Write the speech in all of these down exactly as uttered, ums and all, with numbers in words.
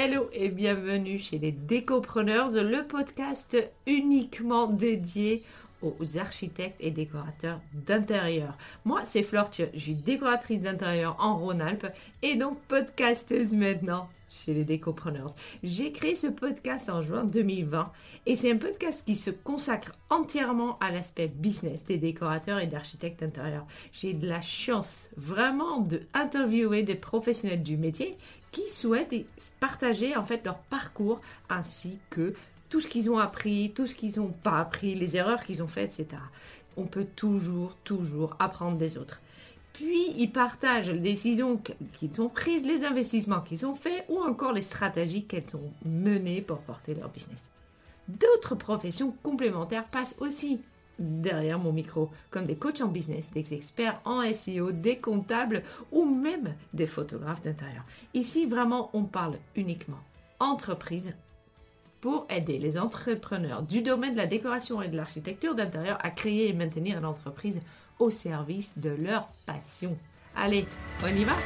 Hello et bienvenue chez les Décopreneurs, le podcast uniquement dédié aux architectes et décorateurs d'intérieur. Moi, c'est Flore Thieu, je suis décoratrice d'intérieur en Rhône-Alpes et donc podcasteuse maintenant chez les Décopreneurs. J'ai créé ce podcast en juin deux mille vingt et c'est un podcast qui se consacre entièrement à l'aspect business des décorateurs et d'architectes d'intérieur. J'ai de la chance vraiment de interviewer des professionnels du métier qui souhaitent partager en fait leur parcours ainsi que tout ce qu'ils ont appris, tout ce qu'ils n'ont pas appris, les erreurs qu'ils ont faites, et cetera. On peut toujours, toujours apprendre des autres. Puis, ils partagent les décisions qu'ils ont prises, les investissements qu'ils ont faits ou encore les stratégies qu'elles ont menées pour porter leur business. D'autres professions complémentaires passent aussi derrière mon micro, comme des coachs en business, des experts en S E O, des comptables ou même des photographes d'intérieur. Ici, vraiment, on parle uniquement entreprise pour aider les entrepreneurs du domaine de la décoration et de l'architecture d'intérieur à créer et maintenir l'entreprise au service de leur passion. Allez, on y va?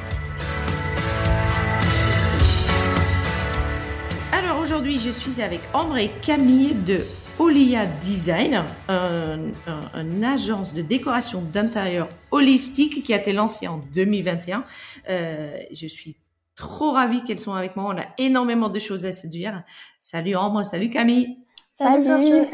Alors aujourd'hui, je suis avec Ambre et Camille de Olia Design, un, un, une agence de décoration d'intérieur holistique qui a été lancée en deux mille vingt et un. Euh, je suis trop ravie qu'elles sont avec moi. On a énormément de choses à se dire. Salut Ambre, salut Camille. Salut. Salut.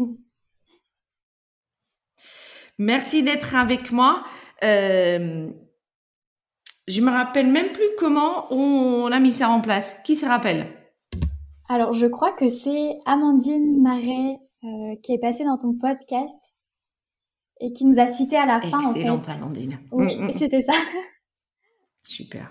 Merci d'être avec moi. Euh, je me rappelle même plus comment on a mis ça en place. Qui se rappelle? Alors, je crois que c'est Amandine Marais euh, qui est passée dans ton podcast et qui nous a cité à la fin. Excellente, en fait. Amandine. Oui, mmh, mmh. C'était ça. Super.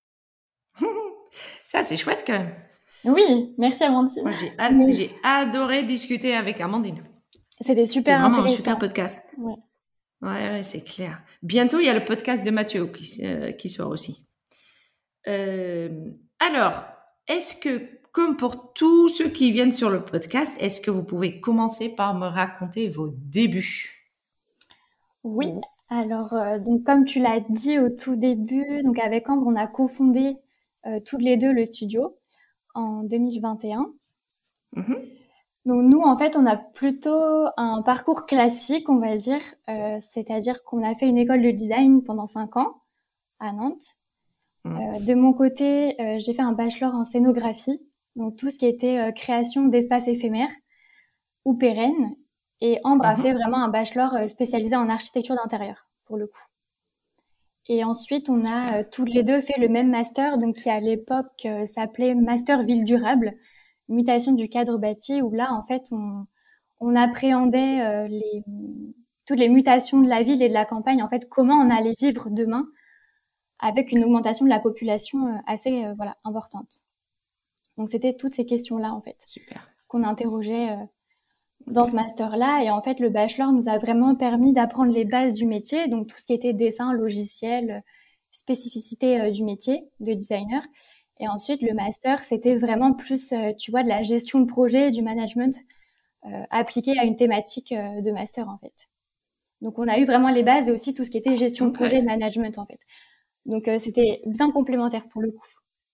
Ça, c'est chouette quand même. Oui, merci Amandine. Moi, j'ai, ad- Mais... j'ai adoré discuter avec Amandine. C'était super C'était vraiment un intéressant. super podcast. Ouais. Ouais, ouais, c'est clair. Bientôt, il y a le podcast de Mathieu qui, euh, qui sort aussi. Euh, alors, est-ce que, comme pour tous ceux qui viennent sur le podcast, est-ce que vous pouvez commencer par me raconter vos débuts? Oui. Alors, euh, donc comme tu l'as dit au tout début, donc avec Ambre, on a cofondé euh, toutes les deux le studio en deux mille vingt et un. Mm-hmm. Donc nous, en fait, on a plutôt un parcours classique, on va dire, euh, c'est-à-dire qu'on a fait une école de design pendant cinq ans à Nantes. Mmh. Euh, de mon côté, euh, j'ai fait un bachelor en scénographie, donc tout ce qui était euh, création d'espaces éphémères ou pérennes. Et Ambre mmh. a fait vraiment un bachelor euh, spécialisé en architecture d'intérieur, pour le coup. Et ensuite, on a euh, toutes les deux fait le même master, donc qui à l'époque euh, s'appelait Master Ville Durable, mutation du cadre bâti, où là, en fait, on, on appréhendait euh, les, toutes les mutations de la ville et de la campagne, en fait, comment on allait vivre demain avec une augmentation de la population euh, assez euh, voilà, importante. Donc, c'était toutes ces questions-là, en fait, Super. qu'on interrogeait euh, dans okay. ce master-là. Et en fait, le bachelor nous a vraiment permis d'apprendre les bases du métier, donc tout ce qui était dessin, logiciel, spécificité euh, du métier de designer. Et ensuite, le master, c'était vraiment plus, euh, tu vois, de la gestion de projet, du management euh, appliqué à une thématique euh, de master, en fait. Donc, on a eu vraiment les bases et aussi tout ce qui était gestion okay. de projet et management, en fait. Donc, euh, c'était bien complémentaire pour le coup.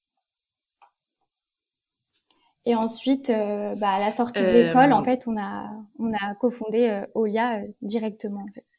Et ensuite, euh, bah, à la sortie de euh, l'école, en fait, on a, on a cofondé euh, Olia euh, directement, en fait.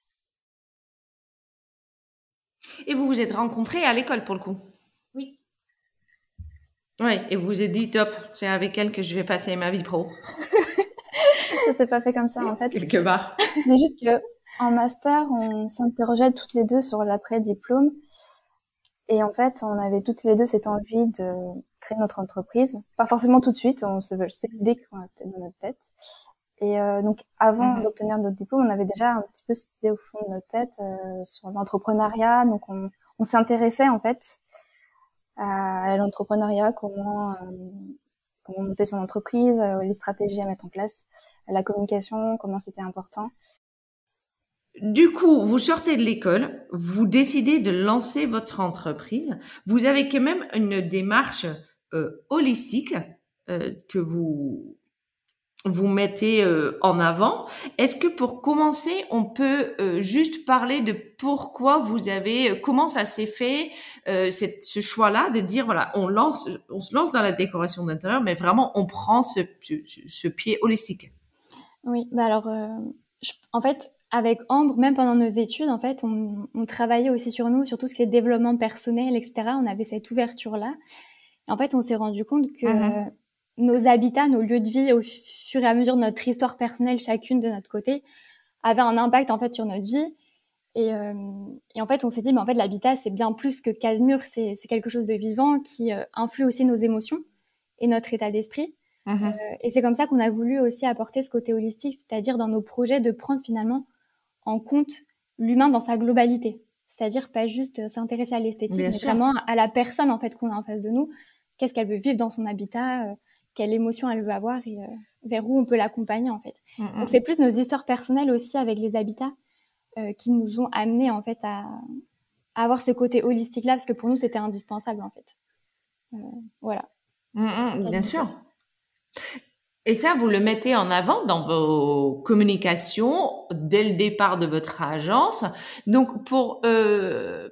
Et vous vous êtes rencontrés à l'école, pour le coup? Oui. Oui, et vous vous êtes dit, top, c'est avec elle que je vais passer ma vie pro. Ça s'est pas fait comme ça, en fait. Quelque part. C'est juste qu'en master, on s'interrogeait toutes les deux sur l'après-diplôme. Et en fait, on avait toutes les deux cette envie de créer notre entreprise. Pas forcément tout de suite, on se, c'était l'idée qu'on avait dans notre tête. Et euh, donc, avant mm-hmm. d'obtenir notre diplôme, on avait déjà un petit peu cette idée au fond de notre tête euh, sur l'entrepreneuriat. Donc, on, on s'intéressait en fait à l'entrepreneuriat, comment euh, comment monter son entreprise, euh, les stratégies à mettre en place, la communication, comment c'était important. Du coup, vous sortez de l'école, vous décidez de lancer votre entreprise. Vous avez quand même une démarche euh, holistique euh, que vous vous mettez euh, en avant. Est-ce que pour commencer, on peut euh, juste parler de pourquoi vous avez, euh, comment ça s'est fait, euh, cette, ce choix-là de dire voilà, on lance, on se lance dans la décoration d'intérieur, mais vraiment on prend ce, ce, ce pied holistique. Oui, bah alors, euh, je- en fait, avec Ambre, même pendant nos études, en fait, on, on travaillait aussi sur nous, sur tout ce qui est développement personnel, et cetera. On avait cette ouverture-là. Et en fait, on s'est rendu compte que euh, Mhm. nos habitats, nos lieux de vie, au fur et à mesure de notre histoire personnelle, chacune de notre côté, avaient un impact en fait sur notre vie. Et, euh, et en fait, on s'est dit, mais en fait, l'habitat, c'est bien plus que quatre murs, c'est c'est quelque chose de vivant qui euh, influe aussi nos émotions et notre état d'esprit. Mhm. Et c'est comme ça qu'on a voulu aussi apporter ce côté holistique, c'est-à-dire dans nos projets de prendre finalement en compte l'humain dans sa globalité. C'est-à-dire pas juste euh, s'intéresser à l'esthétique, Bien mais sûr. vraiment à la personne en fait qu'on a en face de nous. Qu'est-ce qu'elle veut vivre dans son habitat, euh, quelle émotion elle veut avoir et euh, vers où on peut l'accompagner en fait. Donc Mhm. c'est plus nos histoires personnelles aussi avec les habitats euh, qui nous ont amenés en fait à, à avoir ce côté holistique là, parce que pour nous c'était indispensable en fait. Euh, voilà. Mhm. Bien sûr. Et ça, vous le mettez en avant dans vos communications dès le départ de votre agence. Donc, pour euh,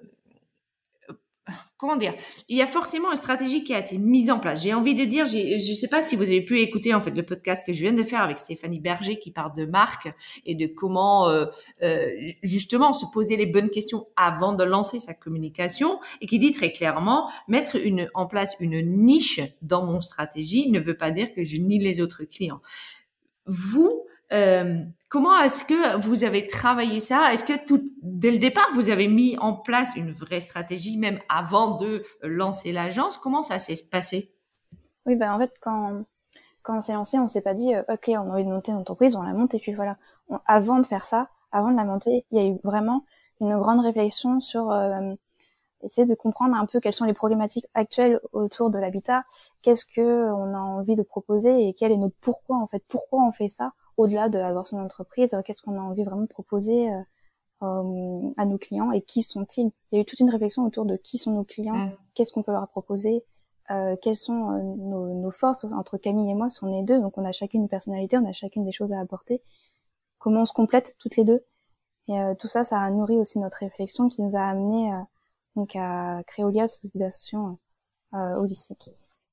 comment dire, il y a forcément une stratégie qui a été mise en place. J'ai envie de dire, j'ai, je ne sais pas si vous avez pu écouter en fait le podcast que je viens de faire avec Stéphanie Berger qui parle de marque et de comment euh, euh, justement se poser les bonnes questions avant de lancer sa communication et qui dit très clairement mettre une, en place une niche dans mon stratégie ne veut pas dire que je nie les autres clients. Vous, euh, comment est-ce que vous avez travaillé ça? Est-ce que tout, dès le départ, vous avez mis en place une vraie stratégie, même avant de lancer l'agence? Comment ça s'est passé? Oui, bah en fait, quand, quand on s'est lancé, on s'est pas dit, euh, ok, on a envie de monter une entreprise, on la monte et puis voilà. On- avant de faire ça, avant de la monter, il y a eu vraiment une grande réflexion sur euh, essayer de comprendre un peu quelles sont les problématiques actuelles autour de l'habitat, qu'est-ce que on a envie de proposer et quel est notre pourquoi en fait, pourquoi on fait ça au-delà d'avoir son entreprise, euh, qu'est-ce qu'on a envie vraiment de proposer euh, euh, à nos clients et qui sont-ils. Il y a eu toute une réflexion autour de qui sont nos clients, Mmh. qu'est-ce qu'on peut leur proposer, euh, quelles sont euh, nos, nos forces. Entre Camille et moi, on est deux, donc on a chacune une personnalité, on a chacune des choses à apporter. Comment on se complète toutes les deux. Et euh, tout ça, ça a nourri aussi notre réflexion qui nous a amené euh, donc à créer Olia, cette version euh, holistique.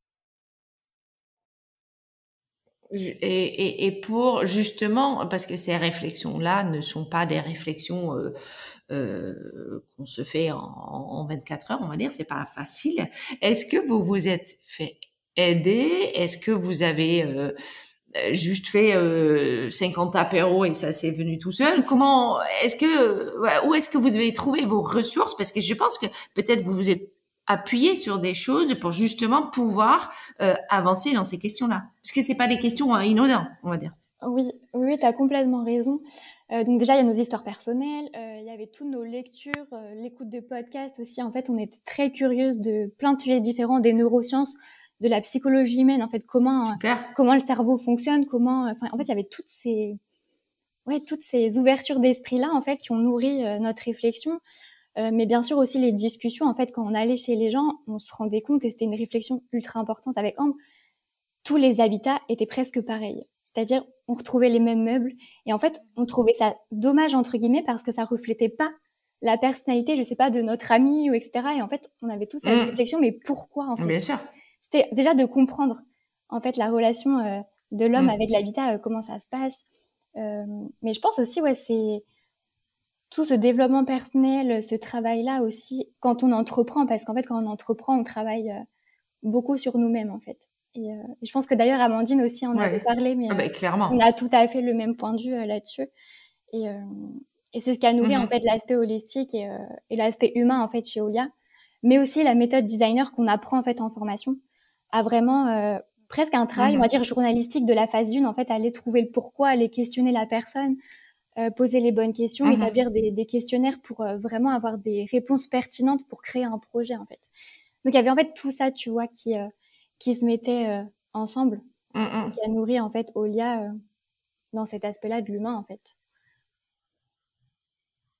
Je- Et, et, et pour justement, parce que ces réflexions-là ne sont pas des réflexions euh, euh, qu'on se fait en, en vingt-quatre heures, on va dire, c'est pas facile. Est-ce que vous vous êtes fait aider? Est-ce que vous avez euh, euh, juste fait euh, cinquante apéros et ça s'est venu tout seul? Comment est-ce que ouais, où est-ce que vous avez trouvé vos ressources? Parce que je pense que peut-être vous vous êtes appuyé sur des choses pour justement pouvoir euh, avancer dans ces questions-là. Parce que c'est pas des questions hein, inaudibles, on va dire. Oui, oui, tu as complètement raison. Euh, donc déjà, il y a nos histoires personnelles, euh, il y avait toutes nos lectures, euh, l'écoute de podcasts aussi. En fait, on était très curieuse de plein de sujets différents, des neurosciences, de la psychologie humaine, en fait, comment, euh, Super. comment le cerveau fonctionne, comment... euh, Enfin, en fait, il y avait toutes ces, ouais, toutes ces ouvertures d'esprit-là, en fait, qui ont nourri euh, notre réflexion. Euh, mais bien sûr aussi les discussions, en fait, quand on allait chez les gens, on se rendait compte, et c'était une réflexion ultra importante avec Ambre, tous les habitats étaient presque pareils. C'est-à-dire, on retrouvait les mêmes meubles. Et en fait, on trouvait ça dommage, entre guillemets, parce que ça reflétait pas la personnalité, je sais pas, de notre ami, ou et cetera. Et en fait, on avait tous cette Mmh. réflexion, mais pourquoi, en fait? Bien sûr. C'était déjà de comprendre, en fait, la relation euh, de l'homme Mmh. avec l'habitat, euh, comment ça se passe. Euh, mais je pense aussi, ouais, c'est tout ce développement personnel, ce travail-là aussi, quand on entreprend, parce qu'en fait, quand on entreprend, on travaille euh, beaucoup sur nous-mêmes, en fait. Et, euh, je pense que d'ailleurs, Amandine aussi en avait Ouais. parlé, mais Ah euh, ben, on clairement. a tout à fait le même point de vue euh, là-dessus. Et, euh, et c'est ce qui a nourri, en Mhm. fait, l'aspect holistique et, euh, et l'aspect humain, en fait, chez Olia. Mais aussi la méthode designer qu'on apprend, en fait, en formation, à vraiment euh, presque un travail, on va Mhm. dire, journalistique de la phase une, en fait, aller trouver le pourquoi, aller questionner la personne, euh, poser les bonnes questions, Mhm. établir des, des questionnaires pour euh, vraiment avoir des réponses pertinentes pour créer un projet, en fait. Donc, il y avait en fait tout ça, tu vois, qui, euh, qui se mettait euh, ensemble et Mhm. qui a nourri, en fait, Olia euh, dans cet aspect-là de l'humain, en fait.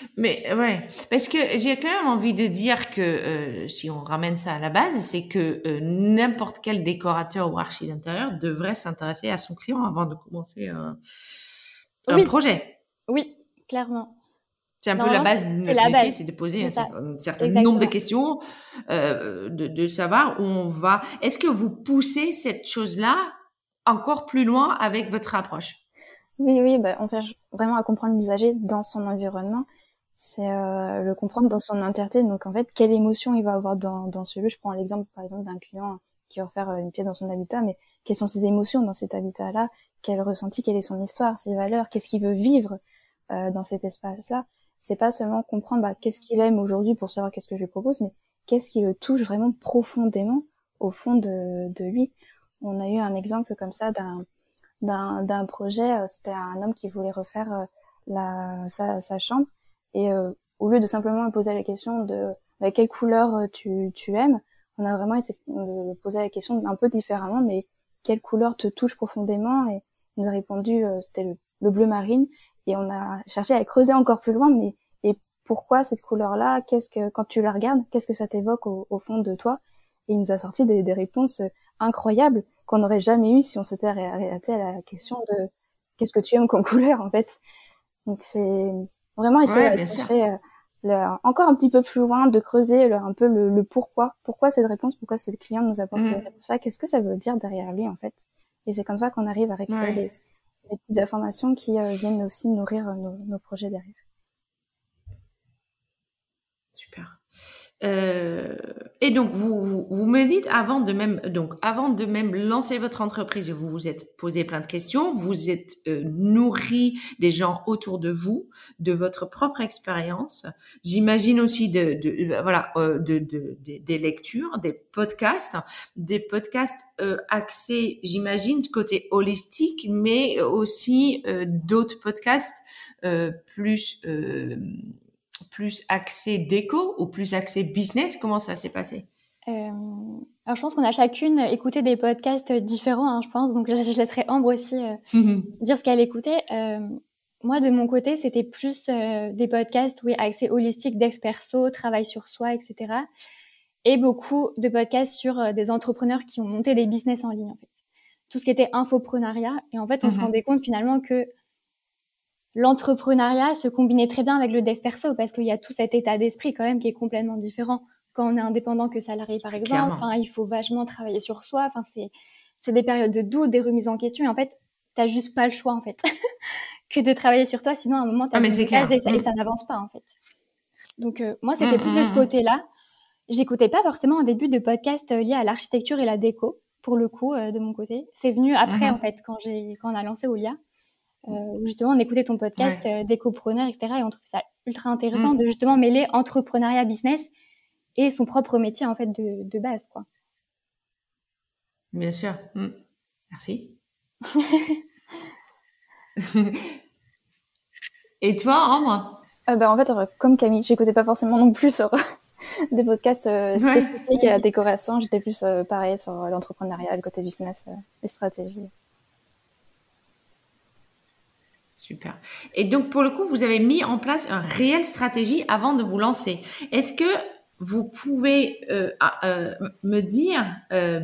Mais ouais, parce que j'ai quand même envie de dire que euh, si on ramène ça à la base, c'est que euh, n'importe quel décorateur ou archi d'intérieur devrait s'intéresser à son client avant de commencer un, un Oui, projet. oui, clairement. C'est un peu la Normalement, base c'est, de c'est notre la métier, base. c'est de poser C'est un, ça, cer- un certain nombre de exactement. questions, euh, de, de savoir où on va. Est-ce que vous poussez cette chose-là encore plus loin avec votre approche? Oui, oui, bah, on cherche vraiment à comprendre l'usager dans son environnement. C'est euh, le comprendre dans son entièreté. Donc, en fait, quelle émotion il va avoir dans, dans ce lieu. Je prends l'exemple, par exemple, d'un client qui va faire une pièce dans son habitat, mais quelles sont ses émotions dans cet habitat-là? Quel ressenti? Quelle est son histoire? Ses valeurs? Qu'est-ce qu'il veut vivre euh, dans cet espace-là? C'est pas seulement comprendre bah, qu'est-ce qu'il aime aujourd'hui pour savoir qu'est-ce que je lui propose, mais qu'est-ce qui le touche vraiment profondément au fond de, de lui. On a eu un exemple comme ça d'un d'un d'un projet. euh, C'était un homme qui voulait refaire euh, la sa, sa chambre et euh, au lieu de simplement me poser la question de bah, quelle couleur euh, tu tu aimes, on a vraiment essayé de de poser la question un peu différemment, mais quelle couleur te touche profondément, et il nous a répondu euh, c'était le, le bleu marine, et on a cherché à creuser encore plus loin, mais et pourquoi cette couleur-là, qu'est-ce que quand tu la regardes, qu'est-ce que ça t'évoque au, au fond de toi, et il nous a sorti des, des réponses incroyables qu'on n'aurait jamais eu si on s'était arrêté à la question de qu'est-ce que tu aimes comme couleur, en fait. Donc c'est vraiment essayer Ouais, de bien sûr. chercher euh, le, encore un petit peu plus loin, de creuser le, un peu le, le pourquoi, pourquoi cette réponse, pourquoi ce client nous apporte cette Mhm. réponse-là, qu'est-ce que ça veut dire derrière lui, en fait. Et c'est comme ça qu'on arrive à récupérer Ouais. des, des petites informations qui euh, viennent aussi nourrir euh, nos, nos projets derrière. Super. Euh, et donc vous, vous, vous me dites avant de même donc avant de même lancer votre entreprise, vous vous êtes posé plein de questions, vous êtes euh, nourri des gens autour de vous, de votre propre expérience. J'imagine aussi de, de euh, voilà euh, de, de, de des lectures, des podcasts, des podcasts euh, axés, j'imagine côté holistique, mais aussi euh, d'autres podcasts euh, plus euh, plus axé déco ou plus axé business? Comment ça s'est passé? Euh, alors, je pense qu'on a chacune écouté des podcasts différents, hein, je pense. Donc, je, je laisserai Ambre aussi euh, dire ce qu'elle écoutait. Euh, moi, de mon côté, c'était plus euh, des podcasts, oui, axés holistique, dev perso, travail sur soi, et cetera. Et beaucoup de podcasts sur euh, des entrepreneurs qui ont monté des business en ligne, en fait. Tout ce qui était infoprenariat. Et en fait, on se rendait compte finalement que l'entrepreneuriat se combinait très bien avec le dev perso parce qu'il y a tout cet état d'esprit quand même qui est complètement différent quand on est indépendant que salarié, par exemple. Clairement. Enfin, il faut vachement travailler sur soi. Enfin, c'est, c'est des périodes de doute, des remises en question. Et en fait, t'as juste pas le choix, en fait, que de travailler sur toi. Sinon, à un moment, t'as Ah, mais des c'est blocages clair. et ça, Mm. et ça n'avance pas, en fait. Donc, euh, moi, Mm, c'était plus de mm, ce mm. côté-là. J'écoutais pas forcément un début de podcast lié à l'architecture et la déco, pour le coup, euh, de mon côté. C'est venu après, en Mhm. fait, quand j'ai, quand on a lancé Olia. Euh, où justement on écoutait ton podcast Ouais. euh, d'écopreneur, et cetera. Et on trouvait ça ultra intéressant Mm. de justement mêler entrepreneuriat business et son propre métier en fait de, de base, quoi. Bien sûr. Mm. Merci. Et toi, Ambre? Euh, bah, en fait, euh, comme Camille, j'écoutais pas forcément non plus sur des podcasts euh, Ouais. spécifiques à la décoration. J'étais plus euh, pareil sur l'entrepreneuriat, le côté business, euh, les stratégies. Super. Et donc, pour le coup, vous avez mis en place une réelle stratégie avant de vous lancer. Est-ce que vous pouvez euh, euh, me dire, euh,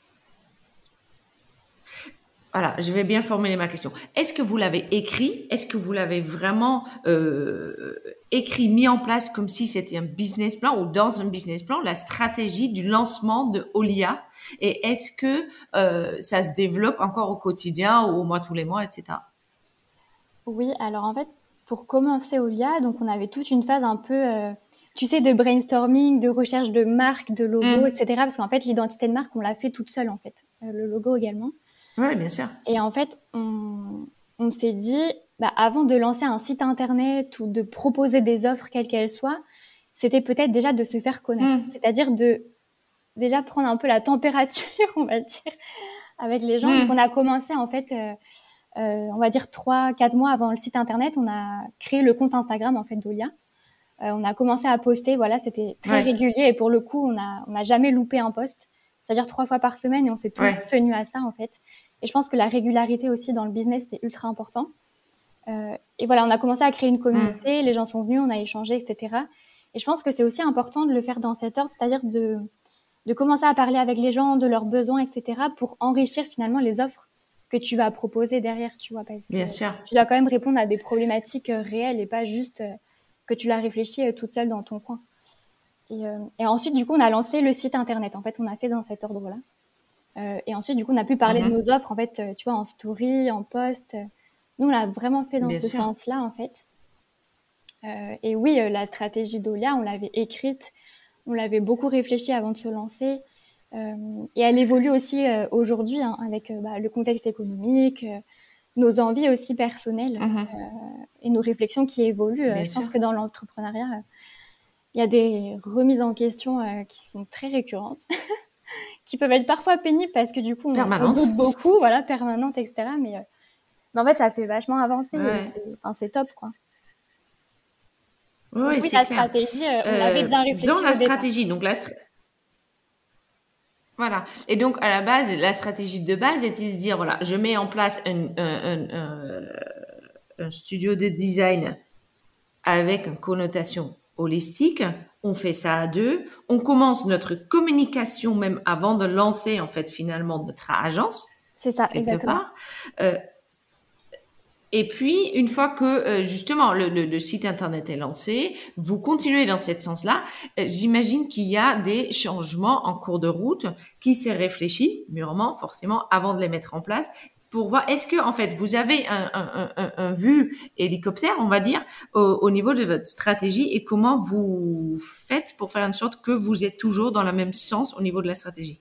voilà, je vais bien formuler ma question. Est-ce que vous l'avez écrit? Est-ce que vous l'avez vraiment euh, écrit, mis en place comme si c'était un business plan ou dans un business plan, la stratégie du lancement de Olia? Et est-ce que euh, ça se développe encore au quotidien ou au mois, tous les mois, et cetera? Oui, alors en fait, pour commencer Olia, donc on avait toute une phase un peu, euh, tu sais, de brainstorming, de recherche de marque, de logo, Mmh. et cetera. Parce qu'en fait, l'identité de marque, on l'a fait toute seule, en fait. Euh, le logo également. Oui, bien sûr. Et en fait, on, on s'est dit, bah, avant de lancer un site internet ou de proposer des offres quelles qu'elles soient, c'était peut-être déjà de se faire connaître. Mmh. C'est-à-dire de déjà prendre un peu la température, on va dire, avec les gens. Donc, Mmh. on a commencé, en fait, euh, euh, on va dire trois, quatre mois avant le site internet, on a créé le compte Instagram, en fait, d'Olia. Euh, on a commencé à poster, voilà, c'était très Ouais. régulier. Et pour le coup, on a, on n'a jamais loupé un post. C'est-à-dire trois fois par semaine et on s'est toujours Ouais. tenu à ça, en fait. Et je pense que la régularité aussi dans le business, c'est ultra important. Euh, et voilà, on a commencé à créer une communauté, mmh. les gens sont venus, on a échangé, et cetera. Et je pense que c'est aussi important de le faire dans cet ordre, c'est-à-dire de, de commencer à parler avec les gens de leurs besoins, et cetera, pour enrichir finalement les offres que tu vas proposer derrière, tu vois, parce que Bien sûr. tu dois quand même répondre à des problématiques euh, réelles et pas juste euh, que tu l'as réfléchi euh, toute seule dans ton coin. Et, euh, et ensuite, du coup, on a lancé le site internet. En fait, on a fait dans cet ordre-là. Euh, et ensuite, du coup, on a pu parler mm-hmm. de nos offres, en fait, euh, tu vois, en story, en post. Nous, on l'a vraiment fait dans Bien ce sûr. sens-là, en fait. Euh, et oui, euh, la stratégie d'Olia, on l'avait écrite, on l'avait beaucoup réfléchie avant de se lancer. Euh, et elle évolue aussi euh, aujourd'hui hein, avec euh, bah, le contexte économique, euh, nos envies aussi personnelles mm-hmm. euh, et nos réflexions qui évoluent. Euh, je sûr. pense que dans l'entrepreneuriat, euh, il y a des remises en question euh, qui sont très récurrentes, qui peuvent être parfois pénibles parce que du coup, on, on doute beaucoup, voilà, permanente, et cetera. Mais, euh, mais en fait, ça fait vachement avancer. Ouais. C'est, enfin, c'est top, quoi. Oui, oui, c'est la clair. stratégie, euh, on avait bien réfléchi. Dans la au stratégie, donc la Voilà. Et donc, à la base, la stratégie de base était de se dire, voilà, je mets en place un, un, un, un, un studio de design avec une connotation holistique. On fait ça à deux. On commence notre communication même avant de lancer, en fait, finalement, notre agence. C'est ça, quelque exactement. part. Euh, Et puis, une fois que euh, justement le, le, le site internet est lancé, vous continuez dans ce sens-là. Euh, j'imagine qu'il y a des changements en cours de route qui s'est réfléchi mûrement, forcément, avant de les mettre en place, pour voir est-ce que en fait vous avez un, un, un, un vue hélicoptère, on va dire, au, au niveau de votre stratégie et comment vous faites pour faire en sorte que vous êtes toujours dans le même sens au niveau de la stratégie.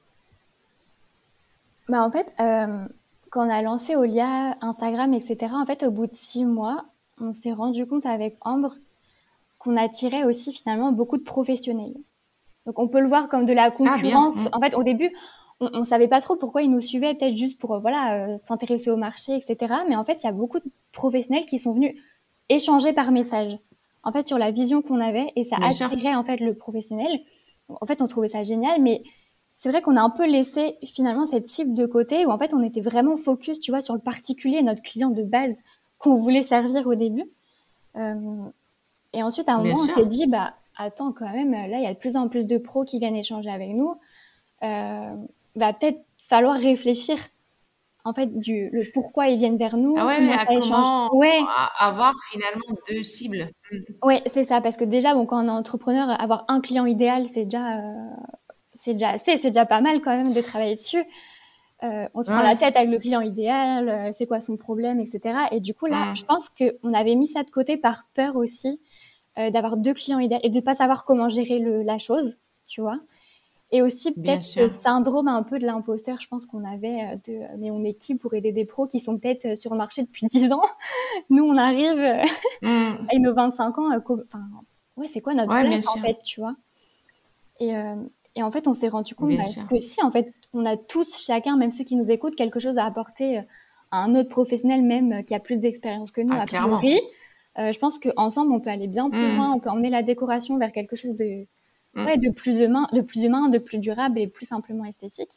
Bah en fait. Euh... Quand on a lancé Olia, Instagram, et cetera, en fait, au bout de six mois, on s'est rendu compte avec Ambre qu'on attirait aussi finalement beaucoup de professionnels. Donc, on peut le voir comme de la concurrence. Ah, en fait, au début, on ne savait pas trop pourquoi ils nous suivaient, peut-être juste pour voilà, euh, s'intéresser au marché, et cetera. Mais en fait, il y a beaucoup de professionnels qui sont venus échanger par message, en fait, sur la vision qu'on avait, et ça Bien attirait sûr. en fait le professionnel. En fait, on trouvait ça génial, mais c'est vrai qu'on a un peu laissé finalement cette cible de côté où en fait on était vraiment focus, tu vois, sur le particulier, notre client de base qu'on voulait servir au début. Euh, et ensuite, à un Bien moment, sûr. on s'est dit, bah attends, quand même, là, il y a de plus en plus de pros qui viennent échanger avec nous. Euh, va peut-être falloir réfléchir en fait du le pourquoi ils viennent vers nous. Ah ouais, mais à comment ouais. avoir finalement deux cibles. Ouais, c'est ça, parce que déjà, bon, quand on est entrepreneur, avoir un client idéal, c'est déjà euh, c'est déjà assez, c'est déjà pas mal quand même de travailler dessus. Euh, on se ouais. prend la tête avec le client idéal, euh, c'est quoi son problème, et cetera. Et du coup, là, ouais. je pense qu'on avait mis ça de côté par peur aussi euh, d'avoir deux clients idéaux et de ne pas savoir comment gérer le, la chose, tu vois. Et aussi, peut-être ce syndrome un peu de l'imposteur, je pense qu'on avait de « mais on est qui pour aider des pros qui sont peut-être sur le marché depuis dix ans ?» Nous, on arrive euh, mm. avec nos vingt-cinq ans. Euh, enfin, ouais, c'est quoi notre ouais, place, en fait, tu vois. Et... Euh, Et en fait, on s'est rendu compte bah, que si, en fait, on a tous, chacun, même ceux qui nous écoutent, quelque chose à apporter à un autre professionnel, même qui a plus d'expérience que nous, ah, a priori. Euh, je pense qu'ensemble, on peut aller bien plus mmh. loin. On peut emmener la décoration vers quelque chose de, mmh. ouais, de, plus humain, de plus humain, de plus durable et plus simplement esthétique.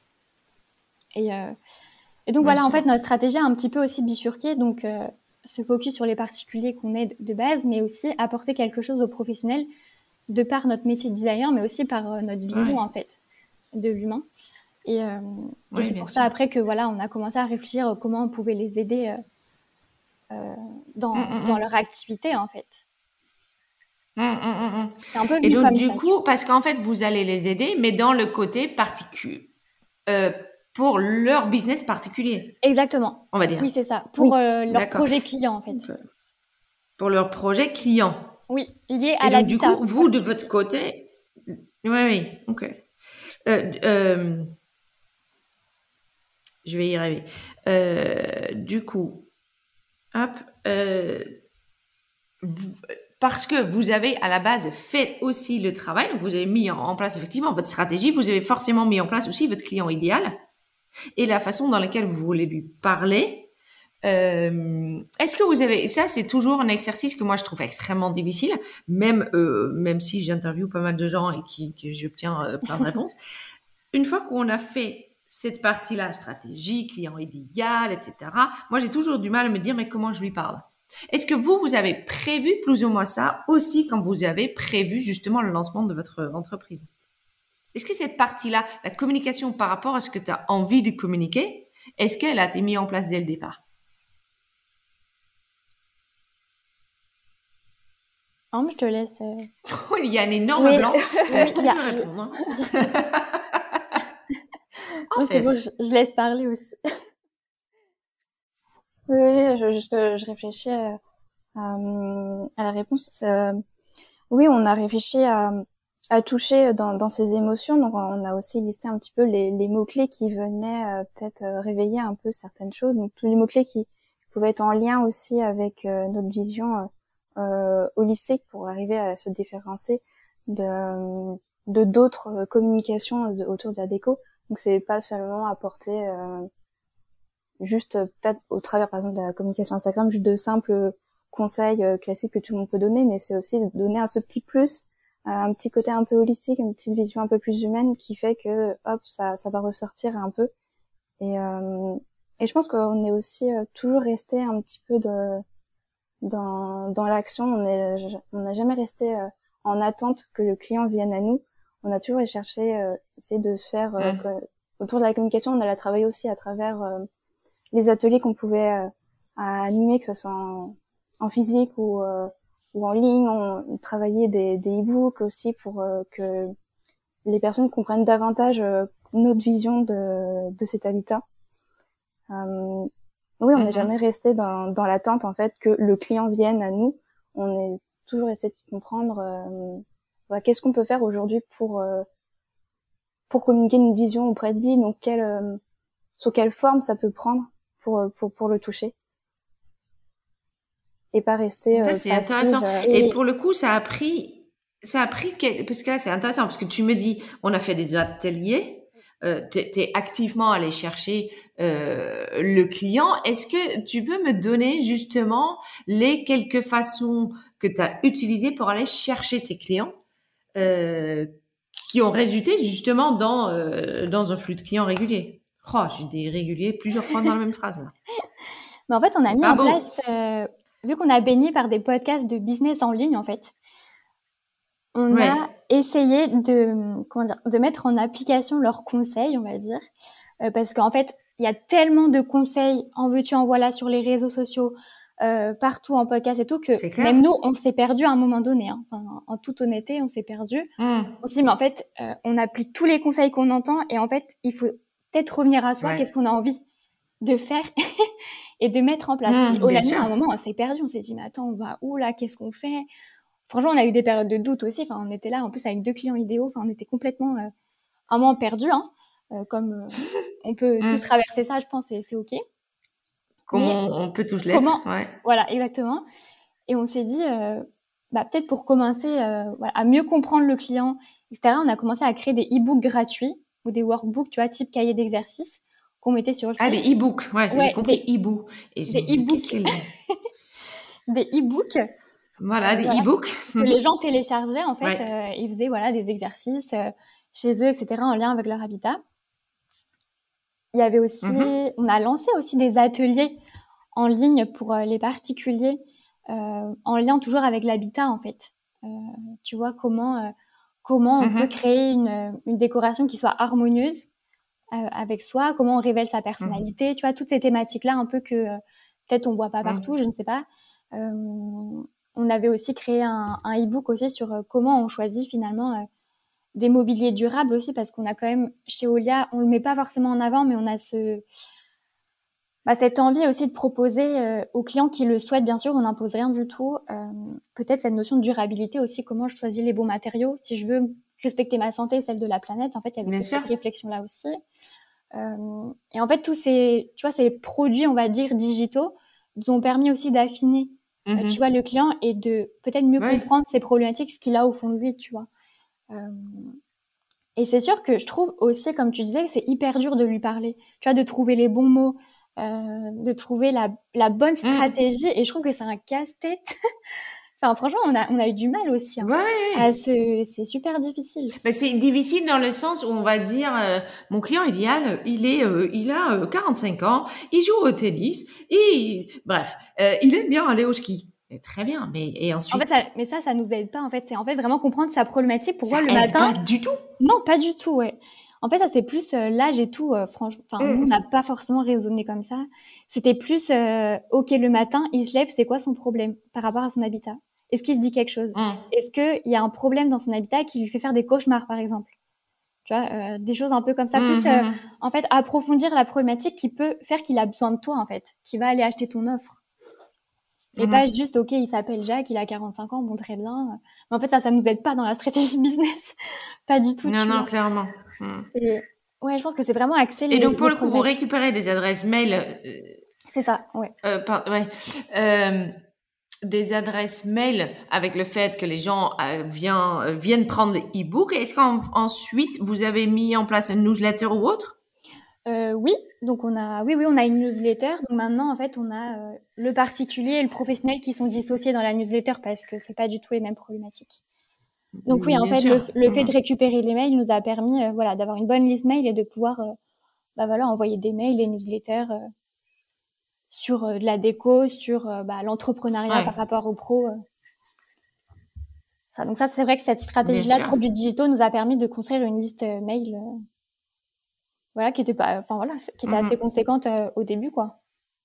Et, euh, et donc, bien voilà, sûr. En fait, notre stratégie a un petit peu aussi bifurqué. Donc, euh, se focus sur les particuliers qu'on aide de base, mais aussi apporter quelque chose aux professionnels de par notre métier de designer, mais aussi par euh, notre vision, ouais. en fait, de l'humain. Et, euh, oui, et c'est pour sûr. ça, après, que voilà, on a commencé à réfléchir à comment on pouvait les aider euh, euh, dans, mm, dans mm. leur activité, en fait. Mm, mm, mm. C'est un peu Et donc, comme du ça, coup, parce qu'en fait, vous allez les aider, mais dans le côté particulier, euh, pour leur business particulier. Exactement. On va dire. Oui, c'est ça. Pour oui. euh, leur D'accord. projet client, en fait. Pour leur projet client. Oui, lié à et l'habitat. Donc, du coup, vous, de votre côté... Oui, oui, ok. Euh, euh, je vais y arriver. Euh, du coup, hop... Euh, vous, parce que vous avez, à la base, fait aussi le travail, donc vous avez mis en place, effectivement, votre stratégie, vous avez forcément mis en place aussi votre client idéal et la façon dans laquelle vous voulez lui parler. Euh, est-ce que vous avez, ça c'est toujours un exercice que moi je trouve extrêmement difficile, même euh, même si j'interviewe pas mal de gens et qui, que j'obtiens euh, plein de réponses. Une fois qu'on a fait cette partie-là, stratégie, client idéal, et cetera. Moi j'ai toujours du mal à me dire mais comment je lui parle. Est-ce que vous, vous avez prévu plus ou moins ça aussi quand vous avez prévu justement le lancement de votre entreprise? Est-ce que cette partie-là, la communication par rapport à ce que tu as envie de communiquer, est-ce qu'elle a été mise en place dès le départ? Non, je te laisse. Euh... Oui, il y a un énorme Oui. blanc. Euh, qui a... peut répondre, hein? En non, fait. bon, je, je laisse parler aussi. Oui, oui, je, je, je réfléchis à, à, à la réponse. Euh, oui, on a réfléchi à, à toucher dans, dans ces émotions. Donc, on a aussi listé un petit peu les, les mots-clés qui venaient euh, peut-être euh, réveiller un peu certaines choses. Donc, tous les mots-clés qui pouvaient être en lien aussi avec euh, notre vision euh, holistique pour arriver à se différencier de de d'autres communications de, autour de la déco. Donc, c'est pas seulement apporter... Euh, juste euh, peut-être au travers par exemple de la communication Instagram, juste de simples conseils euh, classiques que tout le monde peut donner, mais c'est aussi de donner un ce petit plus, euh, un petit côté un peu holistique, une petite vision un peu plus humaine qui fait que hop ça ça va ressortir un peu. Et euh, et je pense qu'on est aussi euh, toujours resté un petit peu de dans dans l'action. On est on n'a jamais resté euh, en attente que le client vienne à nous. On a toujours cherché euh, essayer de se faire euh, Mmh. autour de la communication. On a travaillé aussi à travers euh, les ateliers qu'on pouvait euh, animer, que ce soit en, en physique ou euh, ou en ligne. On, on travaillait des, des e-books aussi pour euh, que les personnes comprennent davantage euh, notre vision de, de cet habitat. Euh, oui, on n'est Mhm. jamais resté dans, dans l'attente en fait que le client vienne à nous. On est toujours essayé de comprendre euh, bah, qu'est-ce qu'on peut faire aujourd'hui pour euh, pour communiquer une vision auprès de lui. Donc quelle euh, sous quelle forme ça peut prendre pour pour pour le toucher et pas rester Ça, euh, c'est passive. intéressant. euh, Et Et pour le coup, ça a pris, ça a pris, quel- parce que là, c'est intéressant, parce que tu me dis, on a fait des ateliers, euh, tu es activement allé chercher euh, le client. Est-ce que tu peux me donner justement les quelques façons que tu as utilisées pour aller chercher tes clients euh, qui ont résulté justement dans, euh, dans un flux de clients régulier? Oh, j'ai des réguliers plusieurs fois dans la même phrase, là. mais en fait, on a C'est mis pas en beau. place, euh, vu qu'on a baigné par des podcasts de business en ligne, en fait, on Ouais. a essayé de, comment dire, de mettre en application leurs conseils, on va dire, euh, parce qu'en fait, il y a tellement de conseils en veux-tu, en voilà sur les réseaux sociaux, euh, partout en podcast et tout, que C'est clair. même nous, on s'est perdu à un moment donné. Hein. Enfin, en toute honnêteté, on s'est perdu. Mmh. On s'est dit, mais en fait, euh, on applique tous les conseils qu'on entend et en fait, il faut peut-être revenir à soi, Ouais. qu'est-ce qu'on a envie de faire et de mettre en place. Et Mmh, bien honnêtement, sûr. à un moment, on s'est perdu. On s'est dit, mais attends, on va où là? Qu'est-ce qu'on fait? Franchement, on a eu des périodes de doute aussi. Enfin, on était là, en plus, avec deux clients idéaux. Enfin, on était complètement, euh, un moment perdu, hein. Euh, comme euh, on peut Mmh. tous traverser ça, je pense, et c'est OK. Comme Mais on, on peut tous l'être, comment? ouais. Voilà, exactement. Et on s'est dit, euh, bah, peut-être pour commencer euh, voilà, à mieux comprendre le client, et cetera, on a commencé à créer des e-books gratuits ou des workbooks, tu vois, type cahier d'exercice qu'on mettait sur le Ah, site. des e-books, ouais, j'ai Ouais, compris des, e-book. Et je des me dis, mais qu'est-ce e-books, qu'elle dit? des e-books Voilà, euh, des voilà, e-books. que les gens téléchargeaient, en fait, Ouais. euh, ils faisaient voilà, des exercices euh, chez eux, et cetera, en lien avec leur habitat. Il y avait aussi, Mhm. on a lancé aussi des ateliers en ligne pour euh, les particuliers, euh, en lien toujours avec l'habitat, en fait. Euh, tu vois, comment, euh, comment on peut Mhm. créer une, une décoration qui soit harmonieuse euh, avec soi, comment on révèle sa Mhm. personnalité, tu vois, toutes ces thématiques-là un peu que euh, peut-être on voit pas partout, Mhm. je ne sais pas. Euh, on avait aussi créé un, un e-book aussi sur euh, comment on choisit finalement euh, des mobiliers durables aussi, parce qu'on a quand même, chez Olia, on le met pas forcément en avant, mais on a ce, bah, cette envie aussi de proposer euh, aux clients qui le souhaitent, bien sûr, on n'impose rien du tout. Euh, peut-être cette notion de durabilité aussi, comment je choisis les bons matériaux. Si je veux respecter ma santé, celle de la planète, en fait, il y avait Bien toute sûr. cette réflexion-là aussi. Euh, et en fait, tous ces, tu vois, ces produits, on va dire, digitaux, nous ont permis aussi d'affiner, euh, tu Mhm. vois, le client et de peut-être mieux Oui. comprendre ses problématiques, ce qu'il a au fond de lui, tu vois. Euh, et c'est sûr que je trouve aussi, comme tu disais, que c'est hyper dur de lui parler. Tu vois, de trouver les bons mots, euh, de trouver la, la bonne Mhm. stratégie. Et je trouve que c'est un casse-tête. Enfin, franchement, on a, on a eu du mal aussi. Hein. Ouais. À ce, c'est super difficile. Ben, c'est difficile dans le sens où on va dire, euh, mon client idéal, il est, euh, il a euh, quarante-cinq ans, il joue au tennis, et il- bref, euh, il aime bien aller au ski. Et très bien, mais et En ensuite, fait, ça, mais ça, ça nous aide pas. En fait, c'est en fait vraiment comprendre sa problématique. Pourquoi ça le aide matin pas du tout. Non, pas du tout. Ouais. En fait, ça c'est plus euh, l'âge et tout. Euh, franchement, enfin, nous, on Mm. n'a pas forcément raisonné comme ça. C'était plus, euh, ok, le matin, il se lève, c'est quoi son problème par rapport à son habitat? Est-ce qu'il se dit quelque chose? Mm. Est-ce qu'il y a un problème dans son habitat qui lui fait faire des cauchemars, par exemple? Tu vois, euh, des choses un peu comme ça. Mm, Plus, euh, mm, en fait, approfondir la problématique qui peut faire qu'il a besoin de toi, en fait, qui va aller acheter ton offre. Et mm. pas juste, ok, il s'appelle Jacques, il a quarante-cinq ans, bon, très bien. Mais en fait, ça, ça nous aide pas dans la stratégie business. Pas du tout, Non, tu non, vois. clairement. Mm. Et ouais, je pense que c'est vraiment axer Et les, donc, pour les le coup, vous problématiques. récupérez des adresses mail, euh, C'est ça, ouais. euh, par- ouais, euh, des adresses mail avec le fait que les gens euh, vient- euh, viennent prendre l'e-book. Est-ce qu'ensuite, vous avez mis en place une newsletter ou autre? Euh, oui, donc on a, oui, oui, on a une newsletter. Donc maintenant, en fait, on a euh, le particulier et le professionnel qui sont dissociés dans la newsletter parce que c'est pas du tout les mêmes problématiques. Donc oui, en Bien fait, le, sûr. le fait Mm. de récupérer les mails nous a permis, euh, voilà, d'avoir une bonne liste mail et de pouvoir, euh, bah voilà, envoyer des mails, des newsletters euh, sur euh, de la déco, sur euh, bah, l'entrepreneuriat Ouais, par rapport aux pros. euh. Ça, donc ça, c'est vrai que cette bien stratégie-là de sûr. produits digitaux nous a permis de construire une liste euh, mail, euh, voilà, qui était pas, enfin voilà, qui était assez Mhm. conséquente euh, au début, quoi.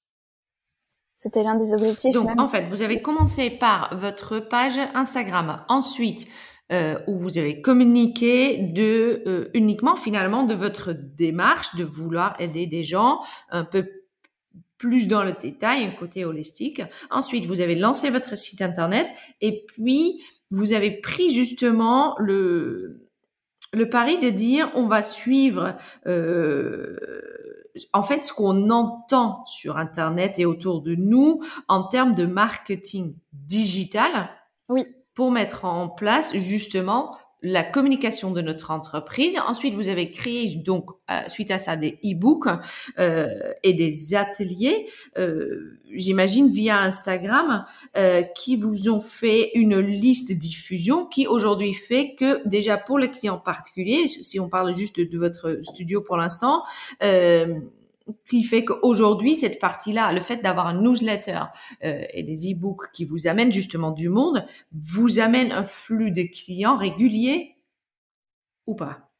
C'était l'un des objectifs Donc, même. en fait, vous avez commencé par votre page Instagram. Ensuite, euh, où vous avez communiqué de euh, uniquement finalement de votre démarche de vouloir aider des gens un peu plus dans le détail, un côté holistique. Ensuite, vous avez lancé votre site internet et puis vous avez pris justement le le pari de dire on va suivre euh, en fait ce qu'on entend sur internet et autour de nous en termes de marketing digital Oui. pour mettre en place justement la communication de notre entreprise. Ensuite, vous avez créé donc euh, suite à ça des e-books euh, et des ateliers, euh, j'imagine via Instagram, euh, qui vous ont fait une liste de diffusion qui aujourd'hui fait que déjà pour les clients particuliers, si on parle juste de votre studio pour l'instant, euh, qui fait qu'aujourd'hui, cette partie-là, le fait d'avoir un newsletter euh, et des e-books qui vous amènent justement du monde, vous amène un flux de clients réguliers ou pas?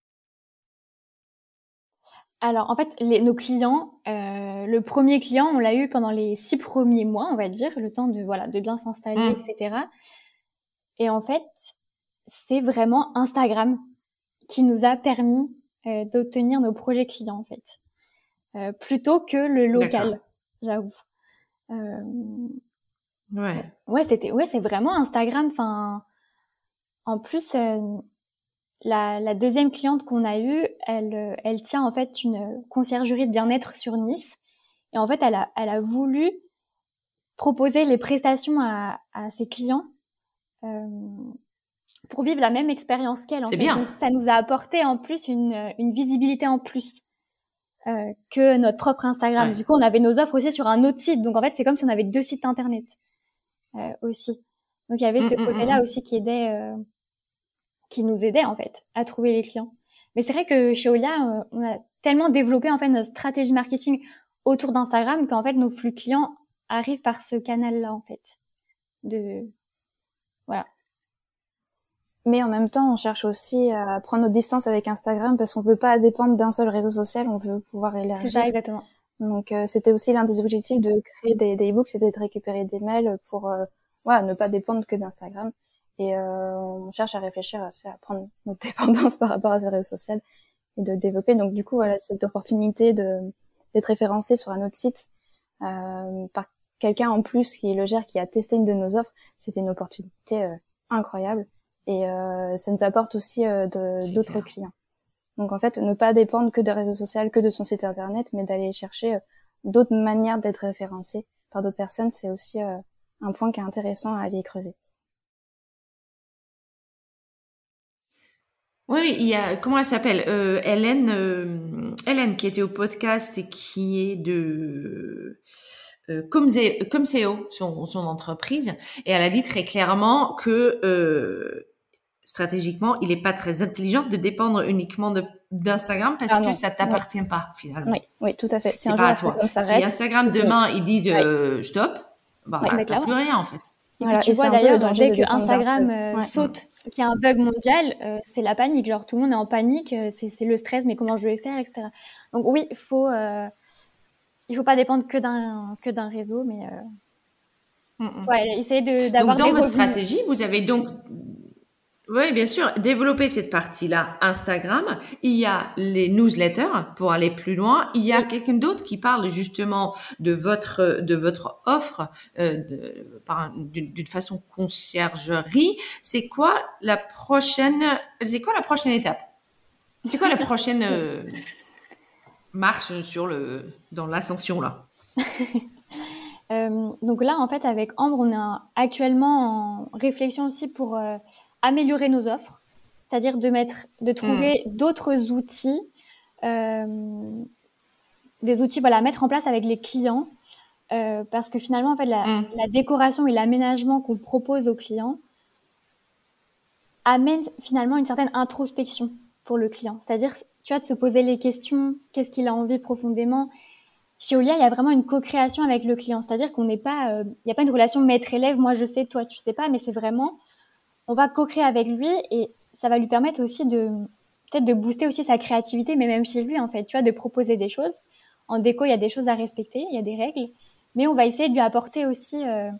Alors, en fait, les, nos clients, euh, le premier client, on l'a eu pendant les six premiers mois, on va dire, le temps de voilà de bien s'installer, Mmh. et cetera. Et en fait, c'est vraiment Instagram qui nous a permis euh, d'obtenir nos projets clients, en fait, euh, plutôt que le D'accord. local, j'avoue. Euh, Ouais. ouais, c'était, ouais, c'est vraiment Instagram. Enfin, en plus, euh, la, la deuxième cliente qu'on a eue, elle, euh, elle tient en fait une conciergerie de bien-être sur Nice. Et en fait, elle a, elle a voulu proposer les prestations à, à ses clients euh, pour vivre la même expérience qu'elle, en C'est fait. bien. Donc, ça nous a apporté en plus une, une visibilité en plus euh, que notre propre Instagram. Ouais. Du coup, on avait nos offres aussi sur un autre site. Donc, en fait, c'est comme si on avait deux sites internet euh, aussi. Donc, il y avait Mmh, ce mmh, côté-là mmh. aussi qui aidait, euh, qui nous aidait en fait à trouver les clients. Mais c'est vrai que chez Olia, euh, on a tellement développé en fait notre stratégie marketing autour d'Instagram qu'en fait nos flux clients arrivent par ce canal-là en fait. De voilà. Mais en même temps, on cherche aussi à prendre nos distances avec Instagram parce qu'on veut pas dépendre d'un seul réseau social, on veut pouvoir C'est élargir. ça exactement. Donc euh, c'était aussi l'un des objectifs de créer des, des e-books, c'était de récupérer des mails pour euh, voilà, ne pas dépendre que d'Instagram. Et euh, on cherche à réfléchir aussi à prendre notre dépendance par rapport à ce réseau social et de le développer. Donc du coup, voilà, cette opportunité de d'être référencé sur un autre site euh, par quelqu'un en plus qui le gère, qui a testé une de nos offres, c'était une opportunité euh, incroyable. Et euh, ça nous apporte aussi euh, de, d'autres clair. clients. Donc en fait, ne pas dépendre que des réseaux sociaux, que de son site internet, mais d'aller chercher euh, d'autres manières d'être référencé par d'autres personnes, c'est aussi euh, un point qui est intéressant à aller creuser. Oui, oui, il y a, comment elle s'appelle? Euh, Hélène, euh, Hélène qui était au podcast et qui est de, euh, comme, C- comme C E O son, son entreprise, et elle a dit très clairement que euh, stratégiquement, il n'est pas très intelligent de dépendre uniquement de, d'Instagram parce Ah que non, ça oui, t'appartient pas finalement. oui, oui, tout à fait. Si C'est un jour pas à Instagram toi. Si s'arrête, Instagram c'est fini. demain ils disent Oui, euh, stop, bah oui, Mais t'as plus clairement. rien en fait. Et voilà. puis tu Et c'est vois un peu le d'ailleurs, danger dès de que dépendre d'un Instagram seul. euh, Ouais. saute, qu'il y a un bug mondial, euh, c'est la panique. Genre tout le monde est en panique, euh, c'est, c'est le stress, mais comment je vais faire, et cetera. Donc oui, il faut, euh, il faut pas dépendre que d'un que d'un réseau, mais euh, Mm, faut mm. essayer de, Donc d'avoir dans des votre revenus. stratégie, vous avez donc oui, bien sûr, développer cette partie-là, Instagram. Il y a les newsletters pour aller plus loin. Il y a Oui. quelqu'un d'autre qui parle justement de votre de votre offre euh, de, par, d'une, d'une façon conciergerie. C'est quoi la prochaine C'est quoi la prochaine étape C'est quoi la prochaine euh, marche sur le dans l'ascension là Euh, donc là, en fait, avec Ambre, on est actuellement en réflexion aussi pour euh, améliorer nos offres, c'est-à-dire de mettre, de Hmm. trouver d'autres outils, euh, des outils, voilà, à mettre en place avec les clients, euh, parce que finalement, en fait, la, Hmm. la décoration et l'aménagement qu'on propose aux clients amène finalement une certaine introspection pour le client, c'est-à-dire, tu vois, de se poser les questions, qu'est-ce qu'il a envie profondément. Chez Olia, il y a vraiment une co-création avec le client, c'est-à-dire qu'on n'est pas, euh, il n'y a pas une relation maître-élève, moi je sais, toi tu sais pas, mais c'est vraiment, on va co-créer avec lui et ça va lui permettre aussi de, peut-être de booster aussi sa créativité, mais même chez lui en fait, tu vois, de proposer des choses. En déco, il y a des choses à respecter, il y a des règles, mais on va essayer de lui apporter aussi euh,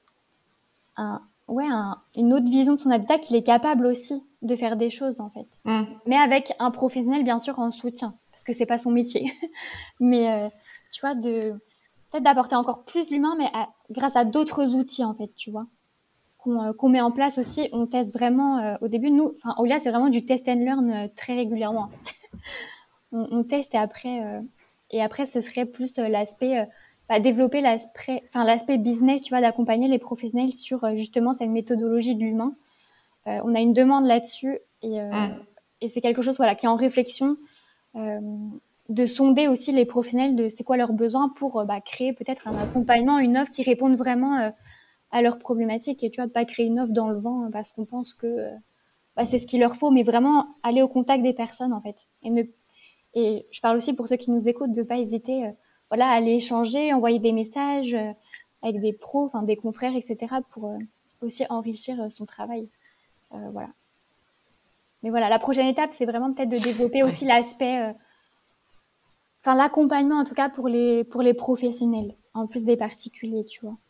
un, ouais, un, une autre vision de son habitat qu'il est capable aussi de faire des choses en fait, Hmm. mais avec un professionnel bien sûr en soutien, parce que c'est pas son métier, mais euh, tu vois, de peut-être d'apporter encore plus l'humain, mais à, grâce à d'autres outils, en fait, tu vois, qu'on euh, qu'on met en place aussi. On teste vraiment, euh, au début, nous, enfin, Olia, c'est vraiment du test and learn euh, très régulièrement, en fait. on, on teste et après, euh, et après, ce serait plus euh, l'aspect, euh, bah, développer l'aspect, enfin, l'aspect business, tu vois, d'accompagner les professionnels sur euh, justement cette méthodologie de l'humain. Euh, on a une demande là-dessus et, euh, Hmm. et c'est quelque chose, voilà, qui est en réflexion. Euh, de sonder aussi les professionnels de c'est quoi leurs besoins pour euh, bah, créer peut-être un accompagnement, une offre qui réponde vraiment euh, à leurs problématiques et tu vois, de pas créer une offre dans le vent euh, parce qu'on pense que euh, bah, c'est ce qu'il leur faut, mais vraiment aller au contact des personnes en fait. Et, ne... et je parle aussi pour ceux qui nous écoutent de pas hésiter euh, voilà, à aller échanger, envoyer des messages euh, avec des pros, enfin des confrères, et cetera pour euh, aussi enrichir euh, son travail. Euh, voilà. Mais voilà, la prochaine étape, c'est vraiment peut-être de développer Ouais. aussi l'aspect euh, enfin l'accompagnement en tout cas pour les pour les professionnels en plus des particuliers, tu vois.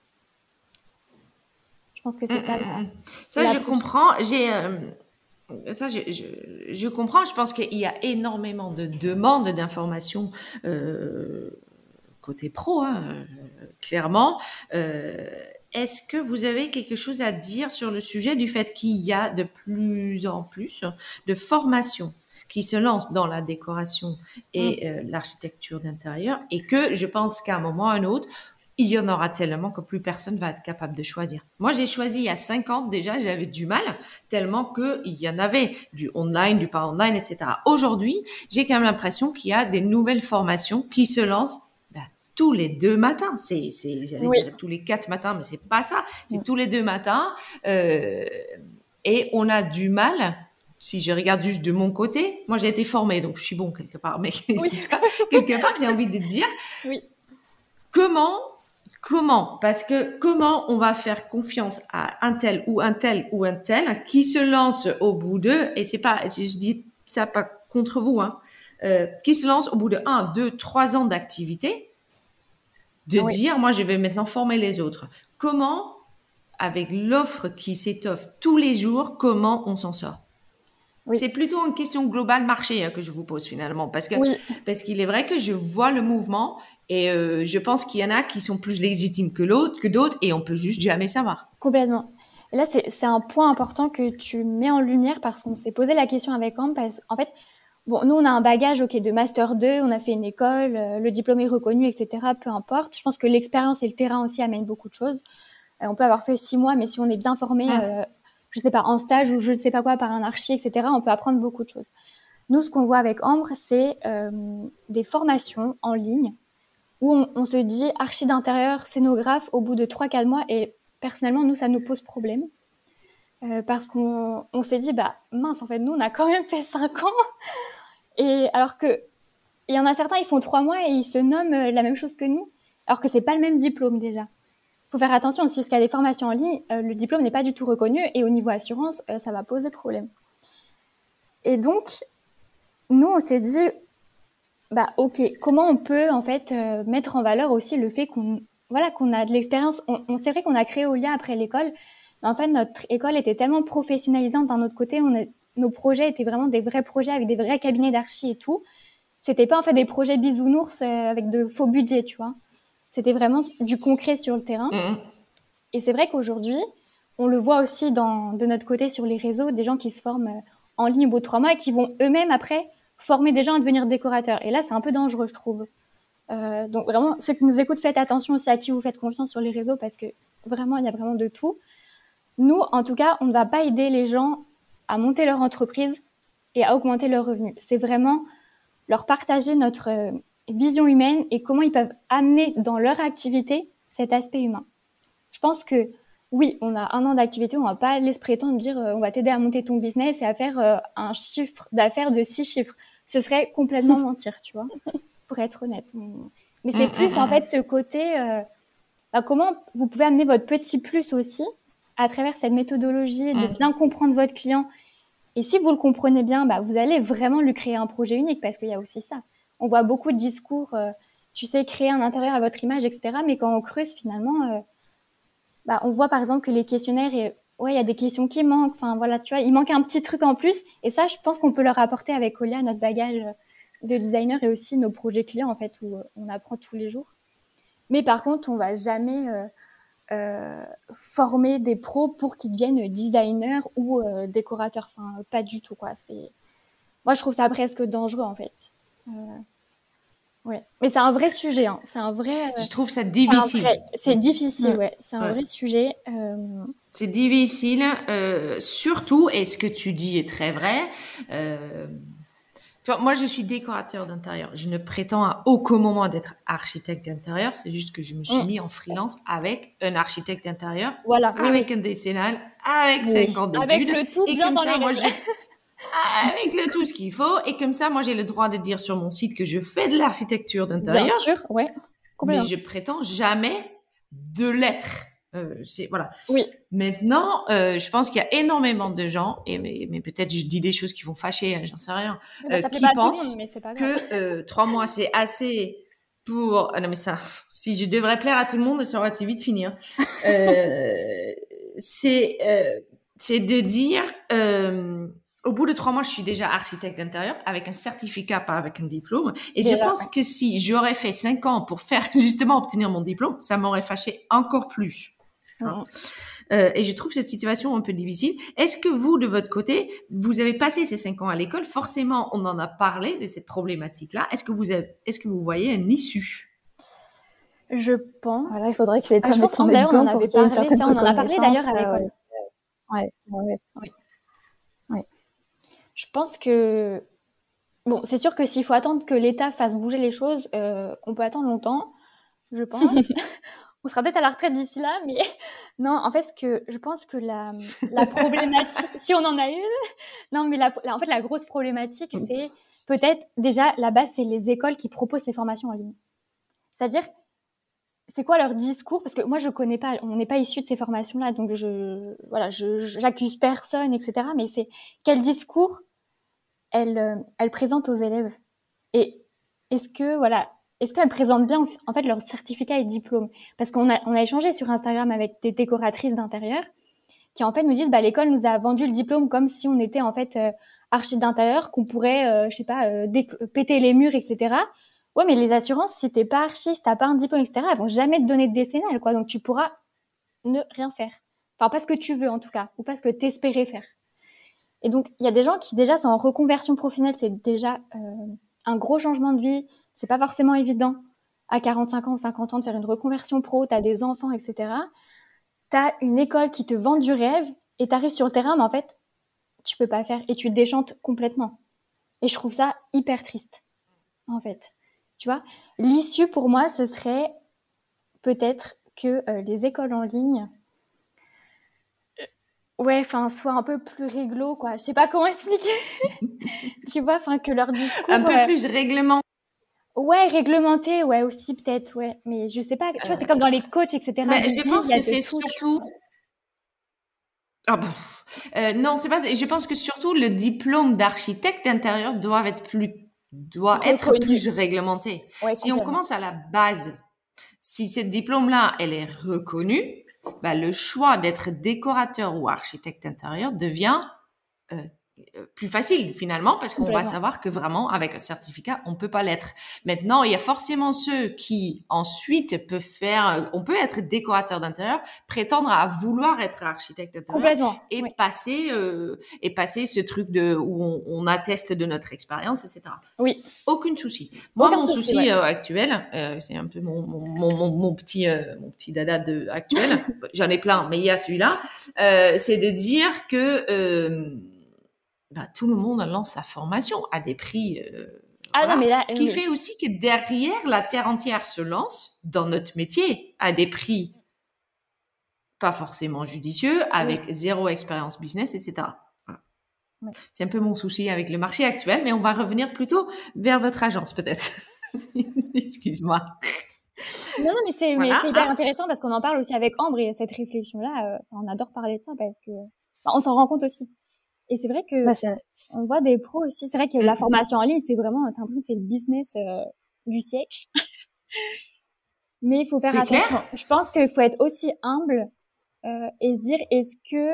Je pense que Hmm, c'est ça hmm, la, hmm. c'est Ça, la je prochaine. comprends. J'ai euh, Ça, je, je, je comprends. Je pense qu'il y a énormément de demandes d'informations euh, côté pro, hein, euh, clairement. Euh, Est-ce que vous avez quelque chose à dire sur le sujet du fait qu'il y a de plus en plus de formations qui se lancent dans la décoration et euh, l'architecture d'intérieur et que je pense qu'à un moment ou à un autre, il y en aura tellement que plus personne va être capable de choisir. Moi, j'ai choisi il y a cinquante déjà, j'avais du mal, tellement qu'il y en avait du online, du pas online, et cetera. Aujourd'hui, j'ai quand même l'impression qu'il y a des nouvelles formations qui se lancent ben, tous les deux matins. C'est, c'est, j'allais Oui. dire tous les quatre matins, mais c'est pas ça. C'est Mm. tous les deux matins. Euh, et on a du mal si je regarde juste de mon côté, moi j'ai été formée, donc je suis bon quelque part, mais Oui. quelque part j'ai envie de dire Oui. comment, comment, parce que comment on va faire confiance à un tel ou un tel ou un tel qui se lance au bout d'eux, et c'est pas, je dis ça pas contre vous, hein, euh, qui se lance au bout de un, deux, trois ans d'activité, de Oui. dire moi je vais maintenant former les autres. Comment, avec l'offre qui s'étoffe tous les jours, comment on s'en sort? Oui. C'est plutôt une question globale marché hein, que je vous pose finalement, parce que Oui. parce qu'il est vrai que je vois le mouvement et euh, je pense qu'il y en a qui sont plus légitimes que l'autre, que d'autres, et on peut juste jamais savoir. Complètement. Et là, c'est, c'est un point important que tu mets en lumière parce qu'on s'est posé la question avec Ambre. Parce qu'en fait, bon, nous, on a un bagage ok, de Master deux, on a fait une école, euh, le diplôme est reconnu, et cetera. Peu importe. Je pense que l'expérience et le terrain aussi amènent beaucoup de choses. Euh, on peut avoir fait six mois, mais si on est bien formé, Hum. euh, je sais pas, en stage ou je ne sais pas quoi, par un archi, et cetera, on peut apprendre beaucoup de choses. Nous, ce qu'on voit avec Ambre, c'est euh, des formations en ligne où on, on se dit archi d'intérieur, scénographe au bout de trois quatre mois. Et personnellement, nous, ça nous pose problème. Euh, parce qu'on on s'est dit, bah mince, en fait, nous, on a quand même fait cinq ans. Et alors que, il y en a certains, ils font trois mois et ils se nomment la même chose que nous, alors que c'est pas le même diplôme déjà. Faut faire attention aussi, parce qu'il y a des formations en ligne, euh, le diplôme n'est pas du tout reconnu et au niveau assurance, euh, ça va poser problème. Et donc, nous, on s'est dit, bah ok, comment on peut en fait euh, mettre en valeur aussi le fait qu'on, voilà, qu'on a de l'expérience. On, on c'est vrai qu'on a créé Olia après l'école, mais en fait notre école était tellement professionnalisante d'un autre côté, on est, nos projets étaient vraiment des vrais projets avec des vrais cabinets d'archi et tout. C'était pas en fait des projets bisounours euh, avec de faux budgets, tu vois. C'était vraiment du concret sur le terrain. Mmh. Et c'est vrai qu'aujourd'hui, on le voit aussi dans, de notre côté sur les réseaux, des gens qui se forment en ligne au bout de trois mois et qui vont eux-mêmes après former des gens à devenir décorateurs. Et là, c'est un peu dangereux, je trouve. Euh, donc vraiment, ceux qui nous écoutent, faites attention aussi à qui vous faites confiance sur les réseaux parce que vraiment, il y a vraiment de tout. Nous, en tout cas, on ne va pas aider les gens à monter leur entreprise et à augmenter leurs revenus. C'est vraiment leur partager notre euh, vision humaine et comment ils peuvent amener dans leur activité cet aspect humain. Je pense que oui, on a un an d'activité, on ne va pas aller se prétendre dire euh, on va t'aider à monter ton business et à faire euh, un chiffre d'affaires de six chiffres. Ce serait complètement mentir, tu vois, pour être honnête. Mais c'est plus en fait ce côté, euh, bah, comment vous pouvez amener votre petit plus aussi à travers cette méthodologie de bien comprendre votre client. Et si vous le comprenez bien, bah, vous allez vraiment lui créer un projet unique parce qu'il y a aussi ça. On voit beaucoup de discours, euh, tu sais, créer un intérieur à votre image, et cetera. Mais quand on creuse finalement, euh, bah, on voit par exemple que les questionnaires, et, ouais, il y a des questions qui manquent. Enfin voilà, tu vois, il manque un petit truc en plus. Et ça, je pense qu'on peut leur apporter avec Olia notre bagage de designer et aussi nos projets clients en fait où euh, on apprend tous les jours. Mais par contre, on va jamais euh, Euh, former des pros pour qu'ils deviennent designers ou euh, décorateurs. Enfin, pas du tout, quoi. C'est... Moi, je trouve ça presque dangereux, en fait. Euh... Ouais. Mais c'est un vrai sujet. Hein. C'est un vrai... Euh... Je trouve ça difficile. C'est, vrai... c'est difficile, mmh. ouais. C'est un ouais. vrai sujet. Euh... C'est difficile. Euh, surtout, et ce que tu dis est très vrai... Euh... Tu vois, moi, je suis décorateur d'intérieur. Je ne prétends à aucun moment d'être architecte d'intérieur. C'est juste que je me suis mmh. mis en freelance avec un architecte d'intérieur, voilà, avec oui, un décennal, avec oui. cinq ans d'études. Avec le tout et bien comme dans ça, les moi, j'ai... avec le tout ce qu'il faut. Et comme ça, moi, j'ai le droit de dire sur mon site que je fais de l'architecture d'intérieur. Bien sûr, ouais. Mais je prétends jamais de l'être. Euh, c'est voilà. Oui. Maintenant, euh, je pense qu'il y a énormément de gens, et mais, mais peut-être je dis des choses qui vont fâcher, hein, j'en sais rien, euh, qui pensent monde, que euh, trois mois c'est assez pour. Ah non mais ça, si je devrais plaire à tout le monde, ça aurait été vite fini. Hein. euh, c'est euh, c'est de dire. Euh, Au bout de trois mois, je suis déjà architecte d'intérieur avec un certificat, pas avec un diplôme. Et déjà, je pense ouais. que si j'aurais fait cinq ans pour faire justement obtenir mon diplôme, ça m'aurait fâché encore plus. Mmh. Euh, et je trouve cette situation un peu difficile. Est-ce que vous, de votre côté, vous avez passé ces cinq ans à l'école? Forcément, on en a parlé de cette problématique-là. Est-ce que vous avez, est-ce que vous voyez une issue? Je pense. Voilà, il faudrait que l'État ah, mette son nez dedans pour qu'il y ait une certaine ça, on en a parlé d'ailleurs à l'école. Euh, ouais, ouais, oui. Oui. Je pense que bon, c'est sûr que s'il faut attendre que l'État fasse bouger les choses, euh, on peut attendre longtemps, je pense. On sera peut-être à la retraite d'ici là, mais non, en fait, ce que je pense que la, la problématique, si on en a une, non, mais la, la, en fait, la grosse problématique, c'est peut-être déjà la base, c'est les écoles qui proposent ces formations en ligne. C'est-à-dire, c'est quoi leur discours? Parce que moi, je connais pas, on n'est pas issu de ces formations-là, donc je, voilà, je, j'accuse personne, et cetera. Mais c'est quel discours elles, elles présentent aux élèves? Et est-ce que, voilà, est-ce qu'elles présentent bien, en fait, leur certificat et diplôme? Parce qu'on a, on a échangé sur Instagram avec des décoratrices d'intérieur qui, en fait, nous disent, bah, l'école nous a vendu le diplôme comme si on était, en fait, euh, archi d'intérieur, qu'on pourrait, euh, je sais pas, euh, dé- péter les murs, et cetera. Ouais, mais les assurances, si t'es pas archi, si t'as pas un diplôme, et cetera, elles vont jamais te donner de décennale, quoi. Donc, tu pourras ne rien faire. Enfin, pas ce que tu veux, en tout cas, ou pas ce que t'espérais faire. Et donc, il y a des gens qui, déjà, sont en reconversion professionnelle. C'est déjà euh, un gros changement de vie. C'est pas forcément évident à quarante-cinq ans ou cinquante ans de faire une reconversion pro. T'as des enfants, et cetera. T'as une école qui te vend du rêve et t'arrives sur le terrain, mais en fait, tu peux pas faire et tu te déchantes complètement. Et je trouve ça hyper triste, en fait. Tu vois, l'issue pour moi, ce serait peut-être que euh, les écoles en ligne, euh, ouais, enfin, soient un peu plus réglo, quoi. Je sais pas comment expliquer. Tu vois, enfin, que leur discours. Un peu euh, plus réglementé. Ouais, réglementé, ouais, aussi peut-être, ouais. Mais je sais pas. Tu vois, c'est comme dans les coachs, et cetera. Mais de je vie, pense il y a que des c'est touches. surtout. Ah bon. Euh, non, c'est pas. Je pense que surtout le diplôme d'architecte d'intérieur doit être plus, doit être Reconnu. plus réglementé. Ouais, Si on complètement. commence à la base, si ce diplôme-là, elle est reconnue, bah, le choix d'être décorateur ou architecte d'intérieur devient euh, plus facile finalement parce qu'on va Complètement. savoir que vraiment avec un certificat on peut pas l'être. Maintenant il y a forcément ceux qui ensuite peuvent faire, on peut être décorateur d'intérieur, prétendre à vouloir être architecte d'intérieur Complètement. et Oui. passer euh, et passer ce truc de où on, on atteste de notre expérience, et cetera. Oui. Aucun souci. Moi, Aucun mon souci, souci ouais. euh, actuel, euh, c'est un peu mon, mon, mon, mon, mon petit, euh, mon petit dada de, actuel. J'en ai plein, mais il y a celui-là. Euh, c'est de dire que euh, bah, tout le monde lance sa formation à des prix. Euh, Ah voilà. non, mais là, Ce qui mais... fait aussi que derrière, la terre entière se lance dans notre métier à des prix pas forcément judicieux, avec oui. zéro expérience business, et cetera. Voilà. Oui. C'est un peu mon souci avec le marché actuel, mais on va revenir plutôt vers votre agence, peut-être. Excuse-moi. Non, non, mais c'est, voilà, mais c'est hyper hein. intéressant parce qu'on en parle aussi avec Ambre et cette réflexion-là, euh, on adore parler de ça parce que bah, on s'en rend compte aussi. Et c'est vrai que bah, c'est... on voit des pros aussi. C'est vrai que mmh. la formation en ligne, c'est vraiment, t'as l'impression que c'est le business euh, du siècle. Mais il faut faire c'est attention. Clair. Je pense qu'il faut être aussi humble euh, et se dire est-ce que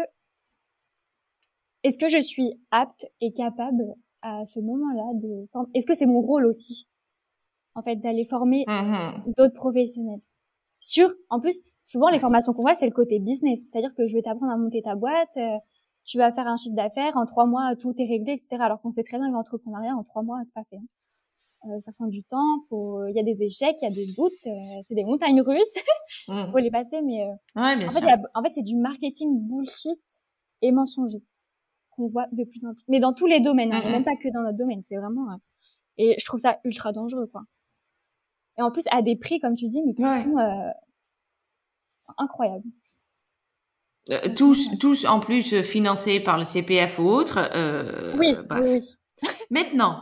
est-ce que je suis apte et capable à ce moment-là de est-ce que c'est mon rôle aussi en fait d'aller former mmh. d'autres professionnels sur en plus souvent les formations qu'on voit c'est le côté business, c'est-à-dire que je vais t'apprendre à monter ta boîte, euh, tu vas faire un chiffre d'affaires en trois mois tout est réglé, etc. Alors qu'on sait très bien que l'entrepreneuriat en trois mois c'est pas fait. Hein. Euh, ça prend du temps, faut, il y a des échecs, il y a des doutes, euh, c'est des montagnes russes, mmh. faut les passer, mais euh, ouais, bien en, sûr. Fait, y a, en fait, c'est du marketing bullshit et mensonger qu'on voit de plus en plus, mais dans tous les domaines, hein, mmh. et même pas que dans notre domaine, c'est vraiment, euh, et je trouve ça ultra dangereux, quoi. Et en plus, à des prix, comme tu dis, mais qui ouais. sont euh, incroyables. Euh, tous, ouais. tous en plus financés par le C P F ou autre. Euh, oui, bah. oui, oui. Maintenant.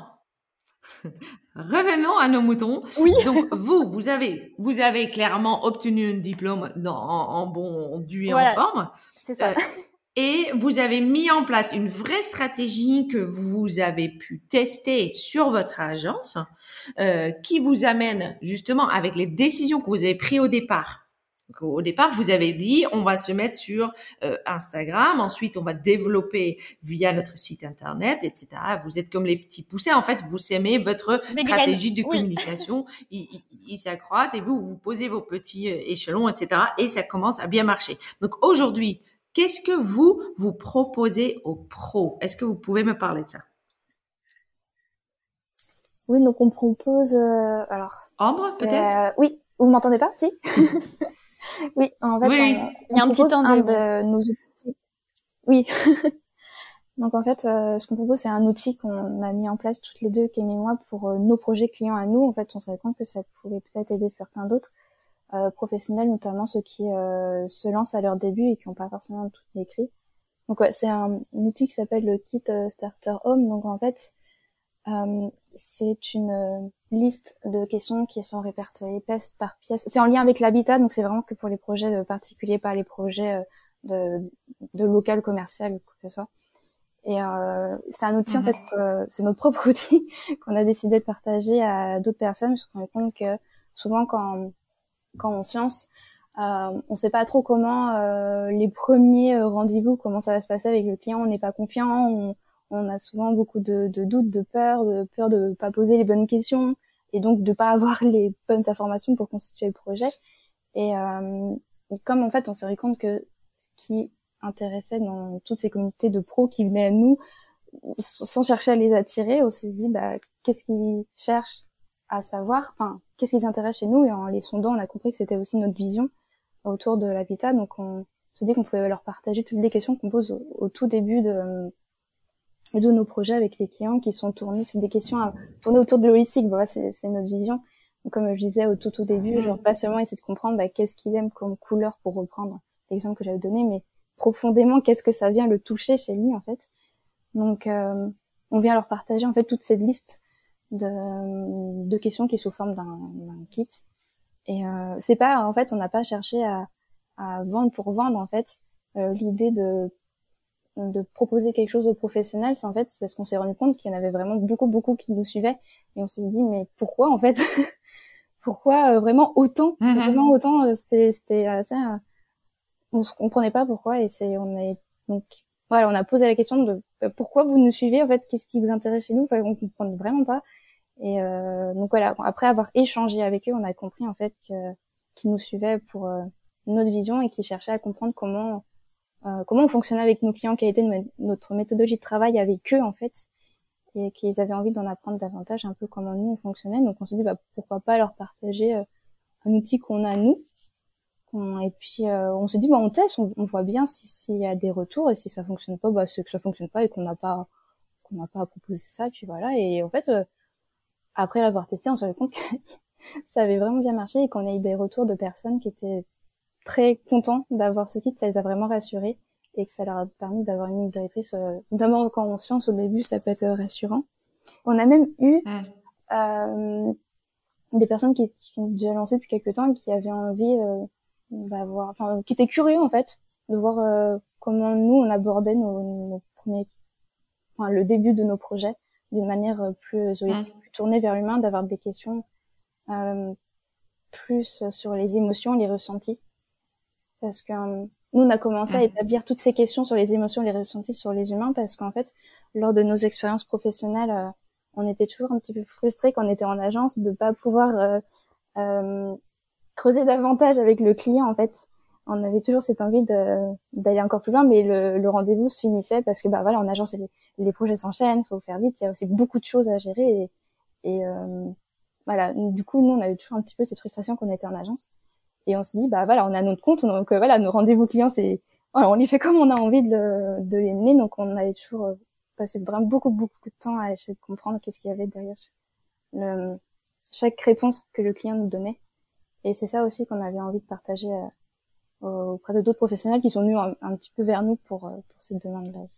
Revenons à nos moutons. Oui. Donc vous, vous avez, vous avez clairement obtenu un diplôme dans, en, en bon dû et voilà. en forme. C'est ça. Euh, et vous avez mis en place une vraie stratégie que vous avez pu tester sur votre agence, euh, qui vous amène justement avec les décisions que vous avez prises au départ. Donc, au départ, vous avez dit, on va se mettre sur euh, Instagram, ensuite on va développer via notre site internet, et cetera. Vous êtes comme les petits poussets, en fait, vous sémez votre Des stratégie graines. de oui. communication, il, il, il s'accroît et vous, vous posez vos petits échelons, et cetera. Et ça commence à bien marcher. Donc aujourd'hui, qu'est-ce que vous, vous proposez aux pros? Est-ce que vous pouvez me parler de ça? Oui, donc on propose... Euh, alors. Ambre, peut-être euh, Oui, vous m'entendez pas? Si. Oui, en fait, oui. on, on Il y a un propose petit un de nos outils. Oui. Donc en fait, euh, ce qu'on propose, c'est un outil qu'on a mis en place toutes les deux, Kémy et moi, pour euh, nos projets clients à nous. En fait, on se rend compte que ça pouvait peut-être aider certains d'autres euh, professionnels, notamment ceux qui euh, se lancent à leur début et qui n'ont pas forcément tout écrit. Donc ouais, c'est un, un outil qui s'appelle le Kit Starter Home. Donc en fait, euh, c'est une euh, liste de questions qui sont répertoriées pièce par pièce. C'est en lien avec l'habitat, donc c'est vraiment que pour les projets particuliers, pas les projets de, de local commercial ou quoi que ce soit. Et euh, c'est un outil, mmh. en fait, euh, c'est notre propre outil qu'on a décidé de partager à d'autres personnes, parce qu'on se rend compte que souvent quand quand on se lance, euh, on sait pas trop comment euh, les premiers rendez-vous, comment ça va se passer avec le client, on n'est pas confiant, on on a souvent beaucoup de, de doutes, de peur, de peur de pas poser les bonnes questions et donc de pas avoir les bonnes informations pour constituer le projet. Et, euh, et comme en fait on s'est rendu compte que ce qui intéressait dans toutes ces communautés de pros qui venaient à nous, sans chercher à les attirer, on s'est dit bah qu'est-ce qu'ils cherchent à savoir, enfin qu'est-ce qui les intéresse chez nous, et en les sondant on a compris que c'était aussi notre vision autour de l'habitat. Donc on s'est dit qu'on pouvait leur partager toutes les questions qu'on pose au, au tout début de de nos projets avec les clients, qui sont tournés, c'est des questions à tourner autour de l'holistique. Voilà, c'est, c'est notre vision. comme je disais au tout au début, Mmh. genre pas seulement essayer de comprendre bah, qu'est-ce qu'ils aiment comme couleur pour reprendre l'exemple que j'avais donné, mais profondément qu'est-ce que ça vient le toucher chez lui en fait. Donc euh, on vient leur partager en fait toute cette liste de, de questions qui est sous forme d'un, d'un kit. Et euh, c'est pas en fait on n'a pas cherché à, à vendre pour vendre en fait. Euh, l'idée de de proposer quelque chose aux professionnels, c'est en fait c'est parce qu'on s'est rendu compte qu'il y en avait vraiment beaucoup beaucoup qui nous suivaient et on s'est dit mais pourquoi en fait pourquoi euh, vraiment autant Mmh. vraiment autant euh, c'était c'était assez euh, on se comprenait pas pourquoi et c'est on est donc voilà on a posé la question de euh, pourquoi vous nous suivez en fait qu'est-ce qui vous intéresse chez nous enfin on comprenait vraiment pas et euh, donc voilà après avoir échangé avec eux on a compris en fait que qu'ils nous suivaient pour euh, notre vision et qu'ils cherchaient à comprendre comment euh, comment on fonctionnait avec nos clients quelle était no- notre méthodologie de travail avec eux en fait et qu'ils avaient envie d'en apprendre davantage un peu comment nous on fonctionnait donc on s'est dit bah pourquoi pas leur partager euh, un outil qu'on a nous qu'on- et puis euh, on s'est dit bah on teste on, on voit bien si s'il y a des retours et si ça fonctionne pas bah c'est que ça fonctionne pas et qu'on n'a pas qu'on n'a pas à proposer ça puis voilà et en fait euh, après l'avoir testé on s'est rendu compte que ça avait vraiment bien marché et qu'on a eu des retours de personnes qui étaient très contents d'avoir ce kit ça les a vraiment rassurés et que ça leur a permis d'avoir une ligne directrice euh, notamment quand on se lance au début ça peut être euh, rassurant on a même eu Mmh. euh, des personnes qui sont déjà lancées depuis quelques temps et qui avaient envie euh, d'avoir, enfin, qui étaient curieux en fait de voir euh, comment nous on abordait nos, nos premiers, enfin le début de nos projets d'une manière euh, plus holistique, Mmh. plus tournée vers l'humain, d'avoir des questions euh, plus sur les émotions, les ressentis, parce que euh, nous on a commencé à Mmh. établir toutes ces questions sur les émotions, les ressentis sur les humains, parce qu'en fait lors de nos expériences professionnelles euh, on était toujours un petit peu frustrés quand on était en agence de pas pouvoir euh, euh, creuser davantage avec le client en fait. On avait toujours cette envie de, d'aller encore plus loin, mais le, le rendez-vous se finissait parce que bah voilà en agence les, les projets s'enchaînent, faut faire vite, il y a aussi beaucoup de choses à gérer et, et euh, voilà. Du coup nous on avait toujours un petit peu cette frustration qu'on était en agence et on s'est dit bah voilà on a notre compte donc euh, voilà nos rendez-vous clients c'est voilà, on les fait comme on a envie de, le, de les mener donc on avait toujours euh, passé vraiment beaucoup beaucoup de temps à essayer de comprendre qu'est-ce qu'il y avait derrière le, chaque réponse que le client nous donnait. Et c'est ça aussi qu'on avait envie de partager euh, auprès de d'autres professionnels qui sont venus un, un petit peu vers nous pour, euh, pour cette demande-là aussi.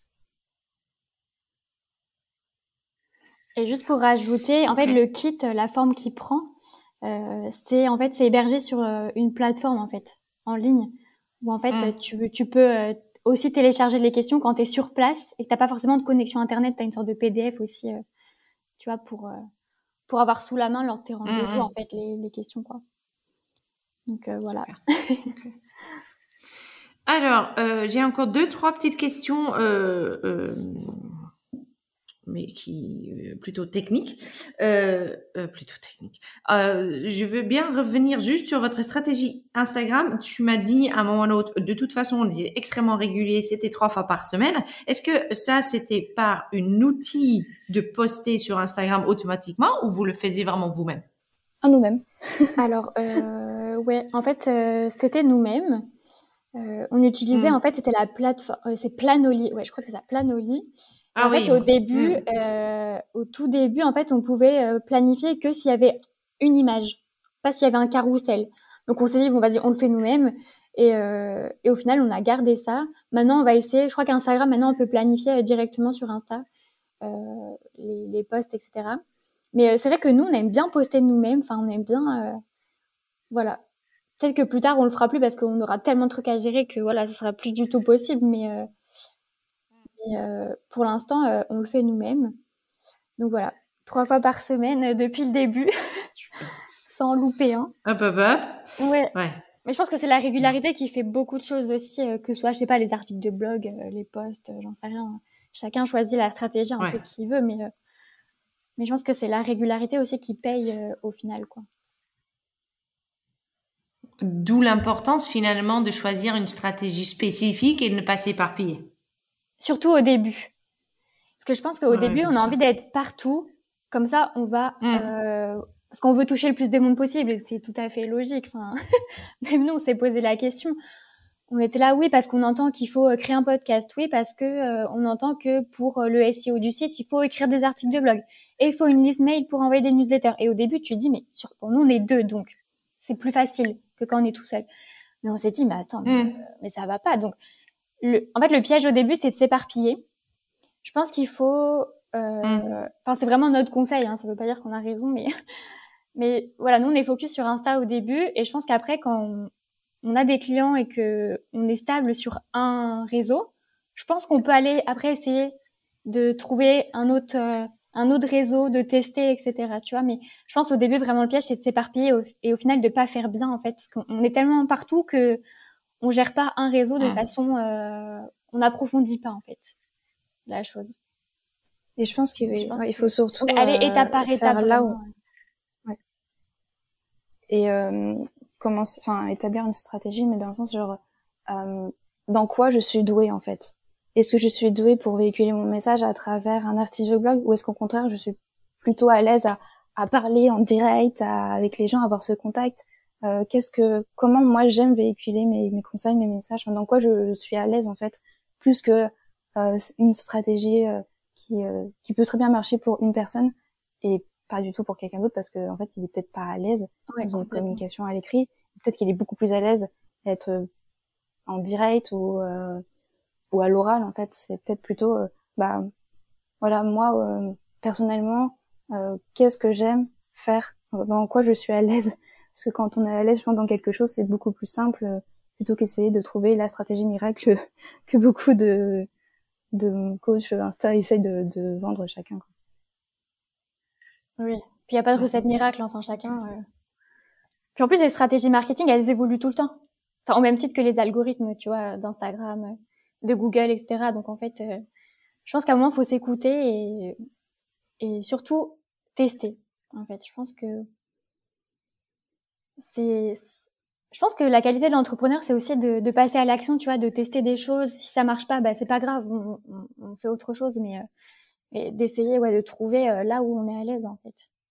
Et juste pour rajouter, en Ok. fait, le kit, la forme qu'il prend, euh, c'est en fait c'est hébergé sur euh, une plateforme en fait en ligne où en fait Mmh. tu tu peux euh, aussi télécharger les questions quand tu es sur place et que t'as pas forcément de connexion internet, tu as une sorte de P D F aussi, euh, tu vois, pour euh, pour avoir sous la main lors de tes Mmh. rendez-vous en Mmh. fait les, les questions quoi. Donc euh, voilà. Super. Ok. Alors, euh, j'ai encore deux, trois petites questions, euh, euh, mais qui euh, plutôt techniques. Euh, euh, plutôt techniques. Euh, je veux bien revenir juste sur votre stratégie Instagram. Tu m'as dit à un moment ou à l'autre, de toute façon, on est extrêmement régulier, c'était trois fois par semaine. Est-ce que ça, c'était par un outil de poster sur Instagram automatiquement ou vous le faisiez vraiment vous-même? À nous-mêmes. Alors euh, ouais, en fait euh, c'était nous-mêmes. Euh, on utilisait en Hmm. fait c'était la plateforme, euh, c'est Planoly, ouais je crois que c'est ça, Planoly. Et Ah en fait oui. au début, Hmm. euh, au tout début en fait on pouvait euh, planifier que s'il y avait une image, pas s'il y avait un carrousel. Donc on s'est dit bon vas-y on le fait nous-mêmes et, euh, et au final on a gardé ça. Maintenant on va essayer, je crois qu'Instagram maintenant on peut planifier euh, directement sur Insta euh, les, les posts et cetera. Mais euh, c'est vrai que nous on aime bien poster nous-mêmes, enfin on aime bien euh, voilà. Peut-être que plus tard, on le fera plus parce qu'on aura tellement de trucs à gérer que voilà, ce sera plus du tout possible. Mais, euh, mais, euh, pour l'instant, euh, on le fait nous-mêmes. Donc voilà, trois fois par semaine euh, depuis le début, Super. sans louper un. Hop, hop, hop. Ouais. Ouais. Mais je pense que c'est la régularité qui fait beaucoup de choses aussi, euh, que ce soit, je sais pas, les articles de blog, euh, les posts, euh, j'en sais rien. Chacun choisit la stratégie un Ouais. peu qu'il veut, mais, euh, mais je pense que c'est la régularité aussi qui paye euh, au final, quoi. D'où l'importance finalement de choisir une stratégie spécifique et de ne pas s'éparpiller. Surtout au début. Parce que je pense qu'au Oui, début, bien on a sûr. envie d'être partout. Comme ça, on va... Mm. Euh, parce qu'on veut toucher le plus de monde possible. Et c'est tout à fait logique. Enfin, même nous, on s'est posé la question. on était là, oui, parce qu'on entend qu'il faut créer un podcast, oui, parce que euh, on entend que pour le S E O du site, il faut écrire des articles de blog et il faut une liste mail pour envoyer des newsletters. Et au début, tu te dis, mais sur, pour nous, on est deux, donc c'est plus facile que quand on est tout seul. Mais on s'est dit, mais attends, mais, Mm. euh, mais ça va pas. Donc, le, en fait, le piège au début, c'est de s'éparpiller. Je pense qu'il faut, enfin, euh, mm. c'est vraiment notre conseil. Hein, ça veut pas dire qu'on a raison, mais mais voilà, nous on est focus sur Insta au début, et je pense qu'après, quand on, on a des clients et que on est stable sur un réseau, je pense qu'on peut aller après essayer de trouver un autre euh, un autre réseau, de tester, et cetera. Tu vois, mais je pense au début vraiment le piège c'est de s'éparpiller au, et au final de pas faire bien en fait, parce qu'on est tellement partout que on gère pas un réseau de mmh. façon, euh, on n'approfondit pas en fait la chose. Et je pense qu'il ouais, ouais, il faut surtout aller euh, étape par étape là où ouais. Et euh, commencer, enfin établir une stratégie, mais dans le sens genre euh, dans quoi je suis douée en fait. Est-ce que je suis douée pour véhiculer mon message à travers un article de blog, ou est-ce qu'au contraire je suis plutôt à l'aise à, à parler en direct à, avec les gens, avoir ce contact. Euh, qu'est-ce que, comment moi j'aime véhiculer mes, mes conseils, mes messages, enfin, dans quoi je, je suis à l'aise en fait, plus que euh, une stratégie euh, qui euh, qui peut très bien marcher pour une personne et pas du tout pour quelqu'un d'autre, parce que en fait il est peut-être pas à l'aise ouais, dans une communication à l'écrit, peut-être qu'il est beaucoup plus à l'aise à être en direct ou euh, ou à l'oral. En fait c'est peut-être plutôt euh, bah voilà moi euh, personnellement euh, qu'est-ce que j'aime faire, dans quoi je suis à l'aise, parce que quand on est à l'aise je pense dans quelque chose c'est beaucoup plus simple euh, plutôt qu'essayer de trouver la stratégie miracle que beaucoup de de coach Insta essayent de, de vendre chacun quoi. Oui, puis il n'y a pas de recette miracle, enfin chacun euh... puis en plus les stratégies marketing elles évoluent tout le temps, enfin au même titre que les algorithmes tu vois d'Instagram, de Google, etc. Donc en fait euh, je pense qu'à un moment faut s'écouter et et surtout tester. En fait je pense que c'est je pense que la qualité de l'entrepreneur c'est aussi de, de passer à l'action, tu vois, de tester des choses. Si ça marche pas, bah c'est pas grave, on, on, on fait autre chose, mais, euh, mais d'essayer ouais de trouver euh, là où on est à l'aise en fait.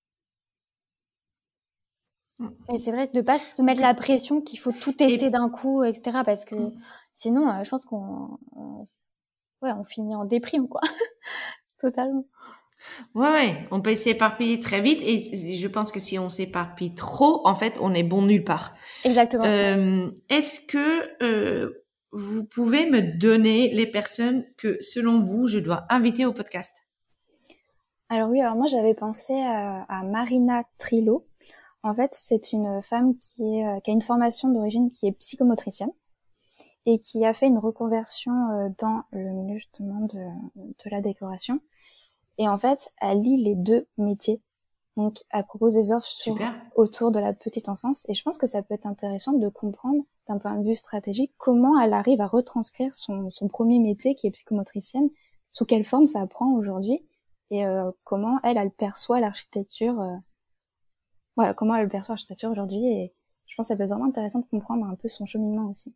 Et c'est vrai de pas se mettre la pression qu'il faut tout tester et... d'un coup, et cetera. Parce que mmh. sinon, euh, je pense qu'on, on... ouais, on finit en déprime, quoi. Totalement. Ouais, ouais, on peut s'éparpiller très vite, et je pense que si on s'éparpille trop, en fait, on est bon nulle part. Exactement. Euh, est-ce que euh, vous pouvez me donner les personnes que, selon vous, je dois inviter au podcast? Alors oui, alors moi j'avais pensé à, à Marina Trillo. En fait, c'est une femme qui, est, qui a une formation d'origine qui est psychomotricienne et qui a fait une reconversion dans le milieu justement de, de la décoration. Et en fait, elle lie les deux métiers. Donc, elle propose des offres sur, autour de la petite enfance. Et je pense que ça peut être intéressant de comprendre, d'un point de vue stratégique, comment elle arrive à retranscrire son, son premier métier, qui est psychomotricienne, sous quelle forme ça prend aujourd'hui, et euh, comment elle, elle perçoit l'architecture. Euh, voilà, comment elle perçoit l'architecture aujourd'hui. Et je pense que ça peut être vraiment intéressant de comprendre un peu son cheminement aussi.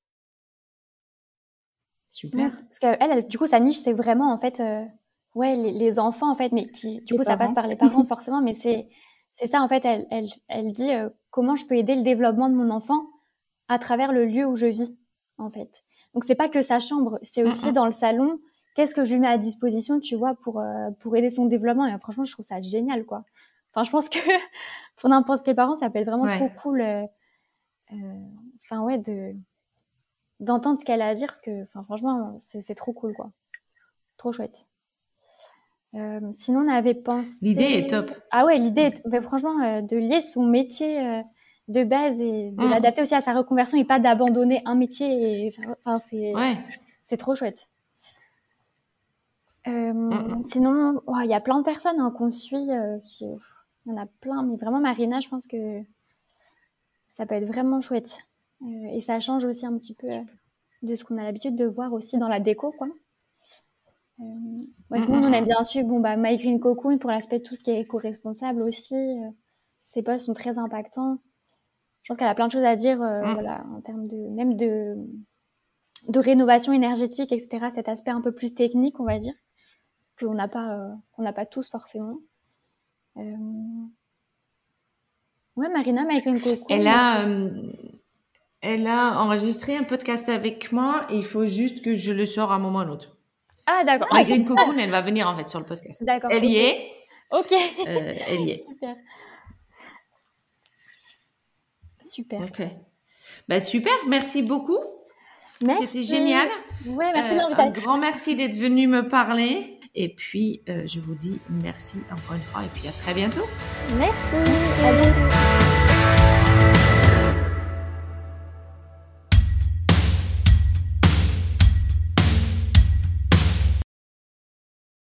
Super. Ouais, parce qu'elle, elle, du coup, sa niche, c'est vraiment, en fait... Euh... Ouais, les, les enfants en fait, mais qui, du les coup parents. Ça passe par les parents forcément, mais c'est c'est ça en fait. Elle elle elle dit euh, comment je peux aider le développement de mon enfant à travers le lieu où je vis en fait. Donc c'est pas que sa chambre, c'est aussi mm-hmm. dans le salon. Qu'est-ce que je lui mets à disposition, tu vois, pour euh, pour aider son développement. Et franchement, je trouve ça génial quoi. Enfin, je pense que pour n'importe quel parent, ça peut être vraiment ouais. trop cool. Euh, euh, enfin ouais, de d'entendre ce qu'elle a à dire, parce que enfin franchement, c'est c'est trop cool quoi, trop chouette. Euh, sinon, on avait pensé... L'idée est top. Ah ouais, l'idée est... Mais franchement, euh, de lier son métier euh, de base et de mmh. l'adapter aussi à sa reconversion et pas d'abandonner un métier. Et... Enfin, c'est... Ouais. c'est trop chouette. Euh, mmh. Sinon, il oh, y a plein de personnes hein, qu'on suit. Euh, qui... Il y en a plein, mais vraiment, Marina, je pense que ça peut être vraiment chouette. Euh, et ça change aussi un petit peu euh, de ce qu'on a l'habitude de voir aussi dans la déco, quoi. Euh, ouais, sinon, on aime bien suivre bon, bah, My Green Cocoon pour l'aspect de tout ce qui est éco-responsable aussi. Euh, ses posts sont très impactants. Je pense qu'elle a plein de choses à dire euh, mm. voilà, en termes de même de, de rénovation énergétique, et cetera. Cet aspect un peu plus technique, on va dire, qu'on n'a pas, euh, qu'on n'a pas tous forcément. Euh... Ouais, Marina, My Green Cocoon. Elle a... Euh... Elle a enregistré un podcast avec moi. Et il faut juste que je le sors à un moment ou à un autre. Ah, d'accord. Maghrine Cocoon, elle va venir en fait sur le podcast. D'accord. Elle y okay. est. Ok. Euh, elle y est. Super. Super. Ok. Bah, super. Merci beaucoup. Merci. C'était génial. Ouais, merci euh, de l'invitation. Un grand merci d'être venu me parler. Et puis, euh, je vous dis merci encore une fois. Et puis, à très bientôt. Merci. merci. À bientôt.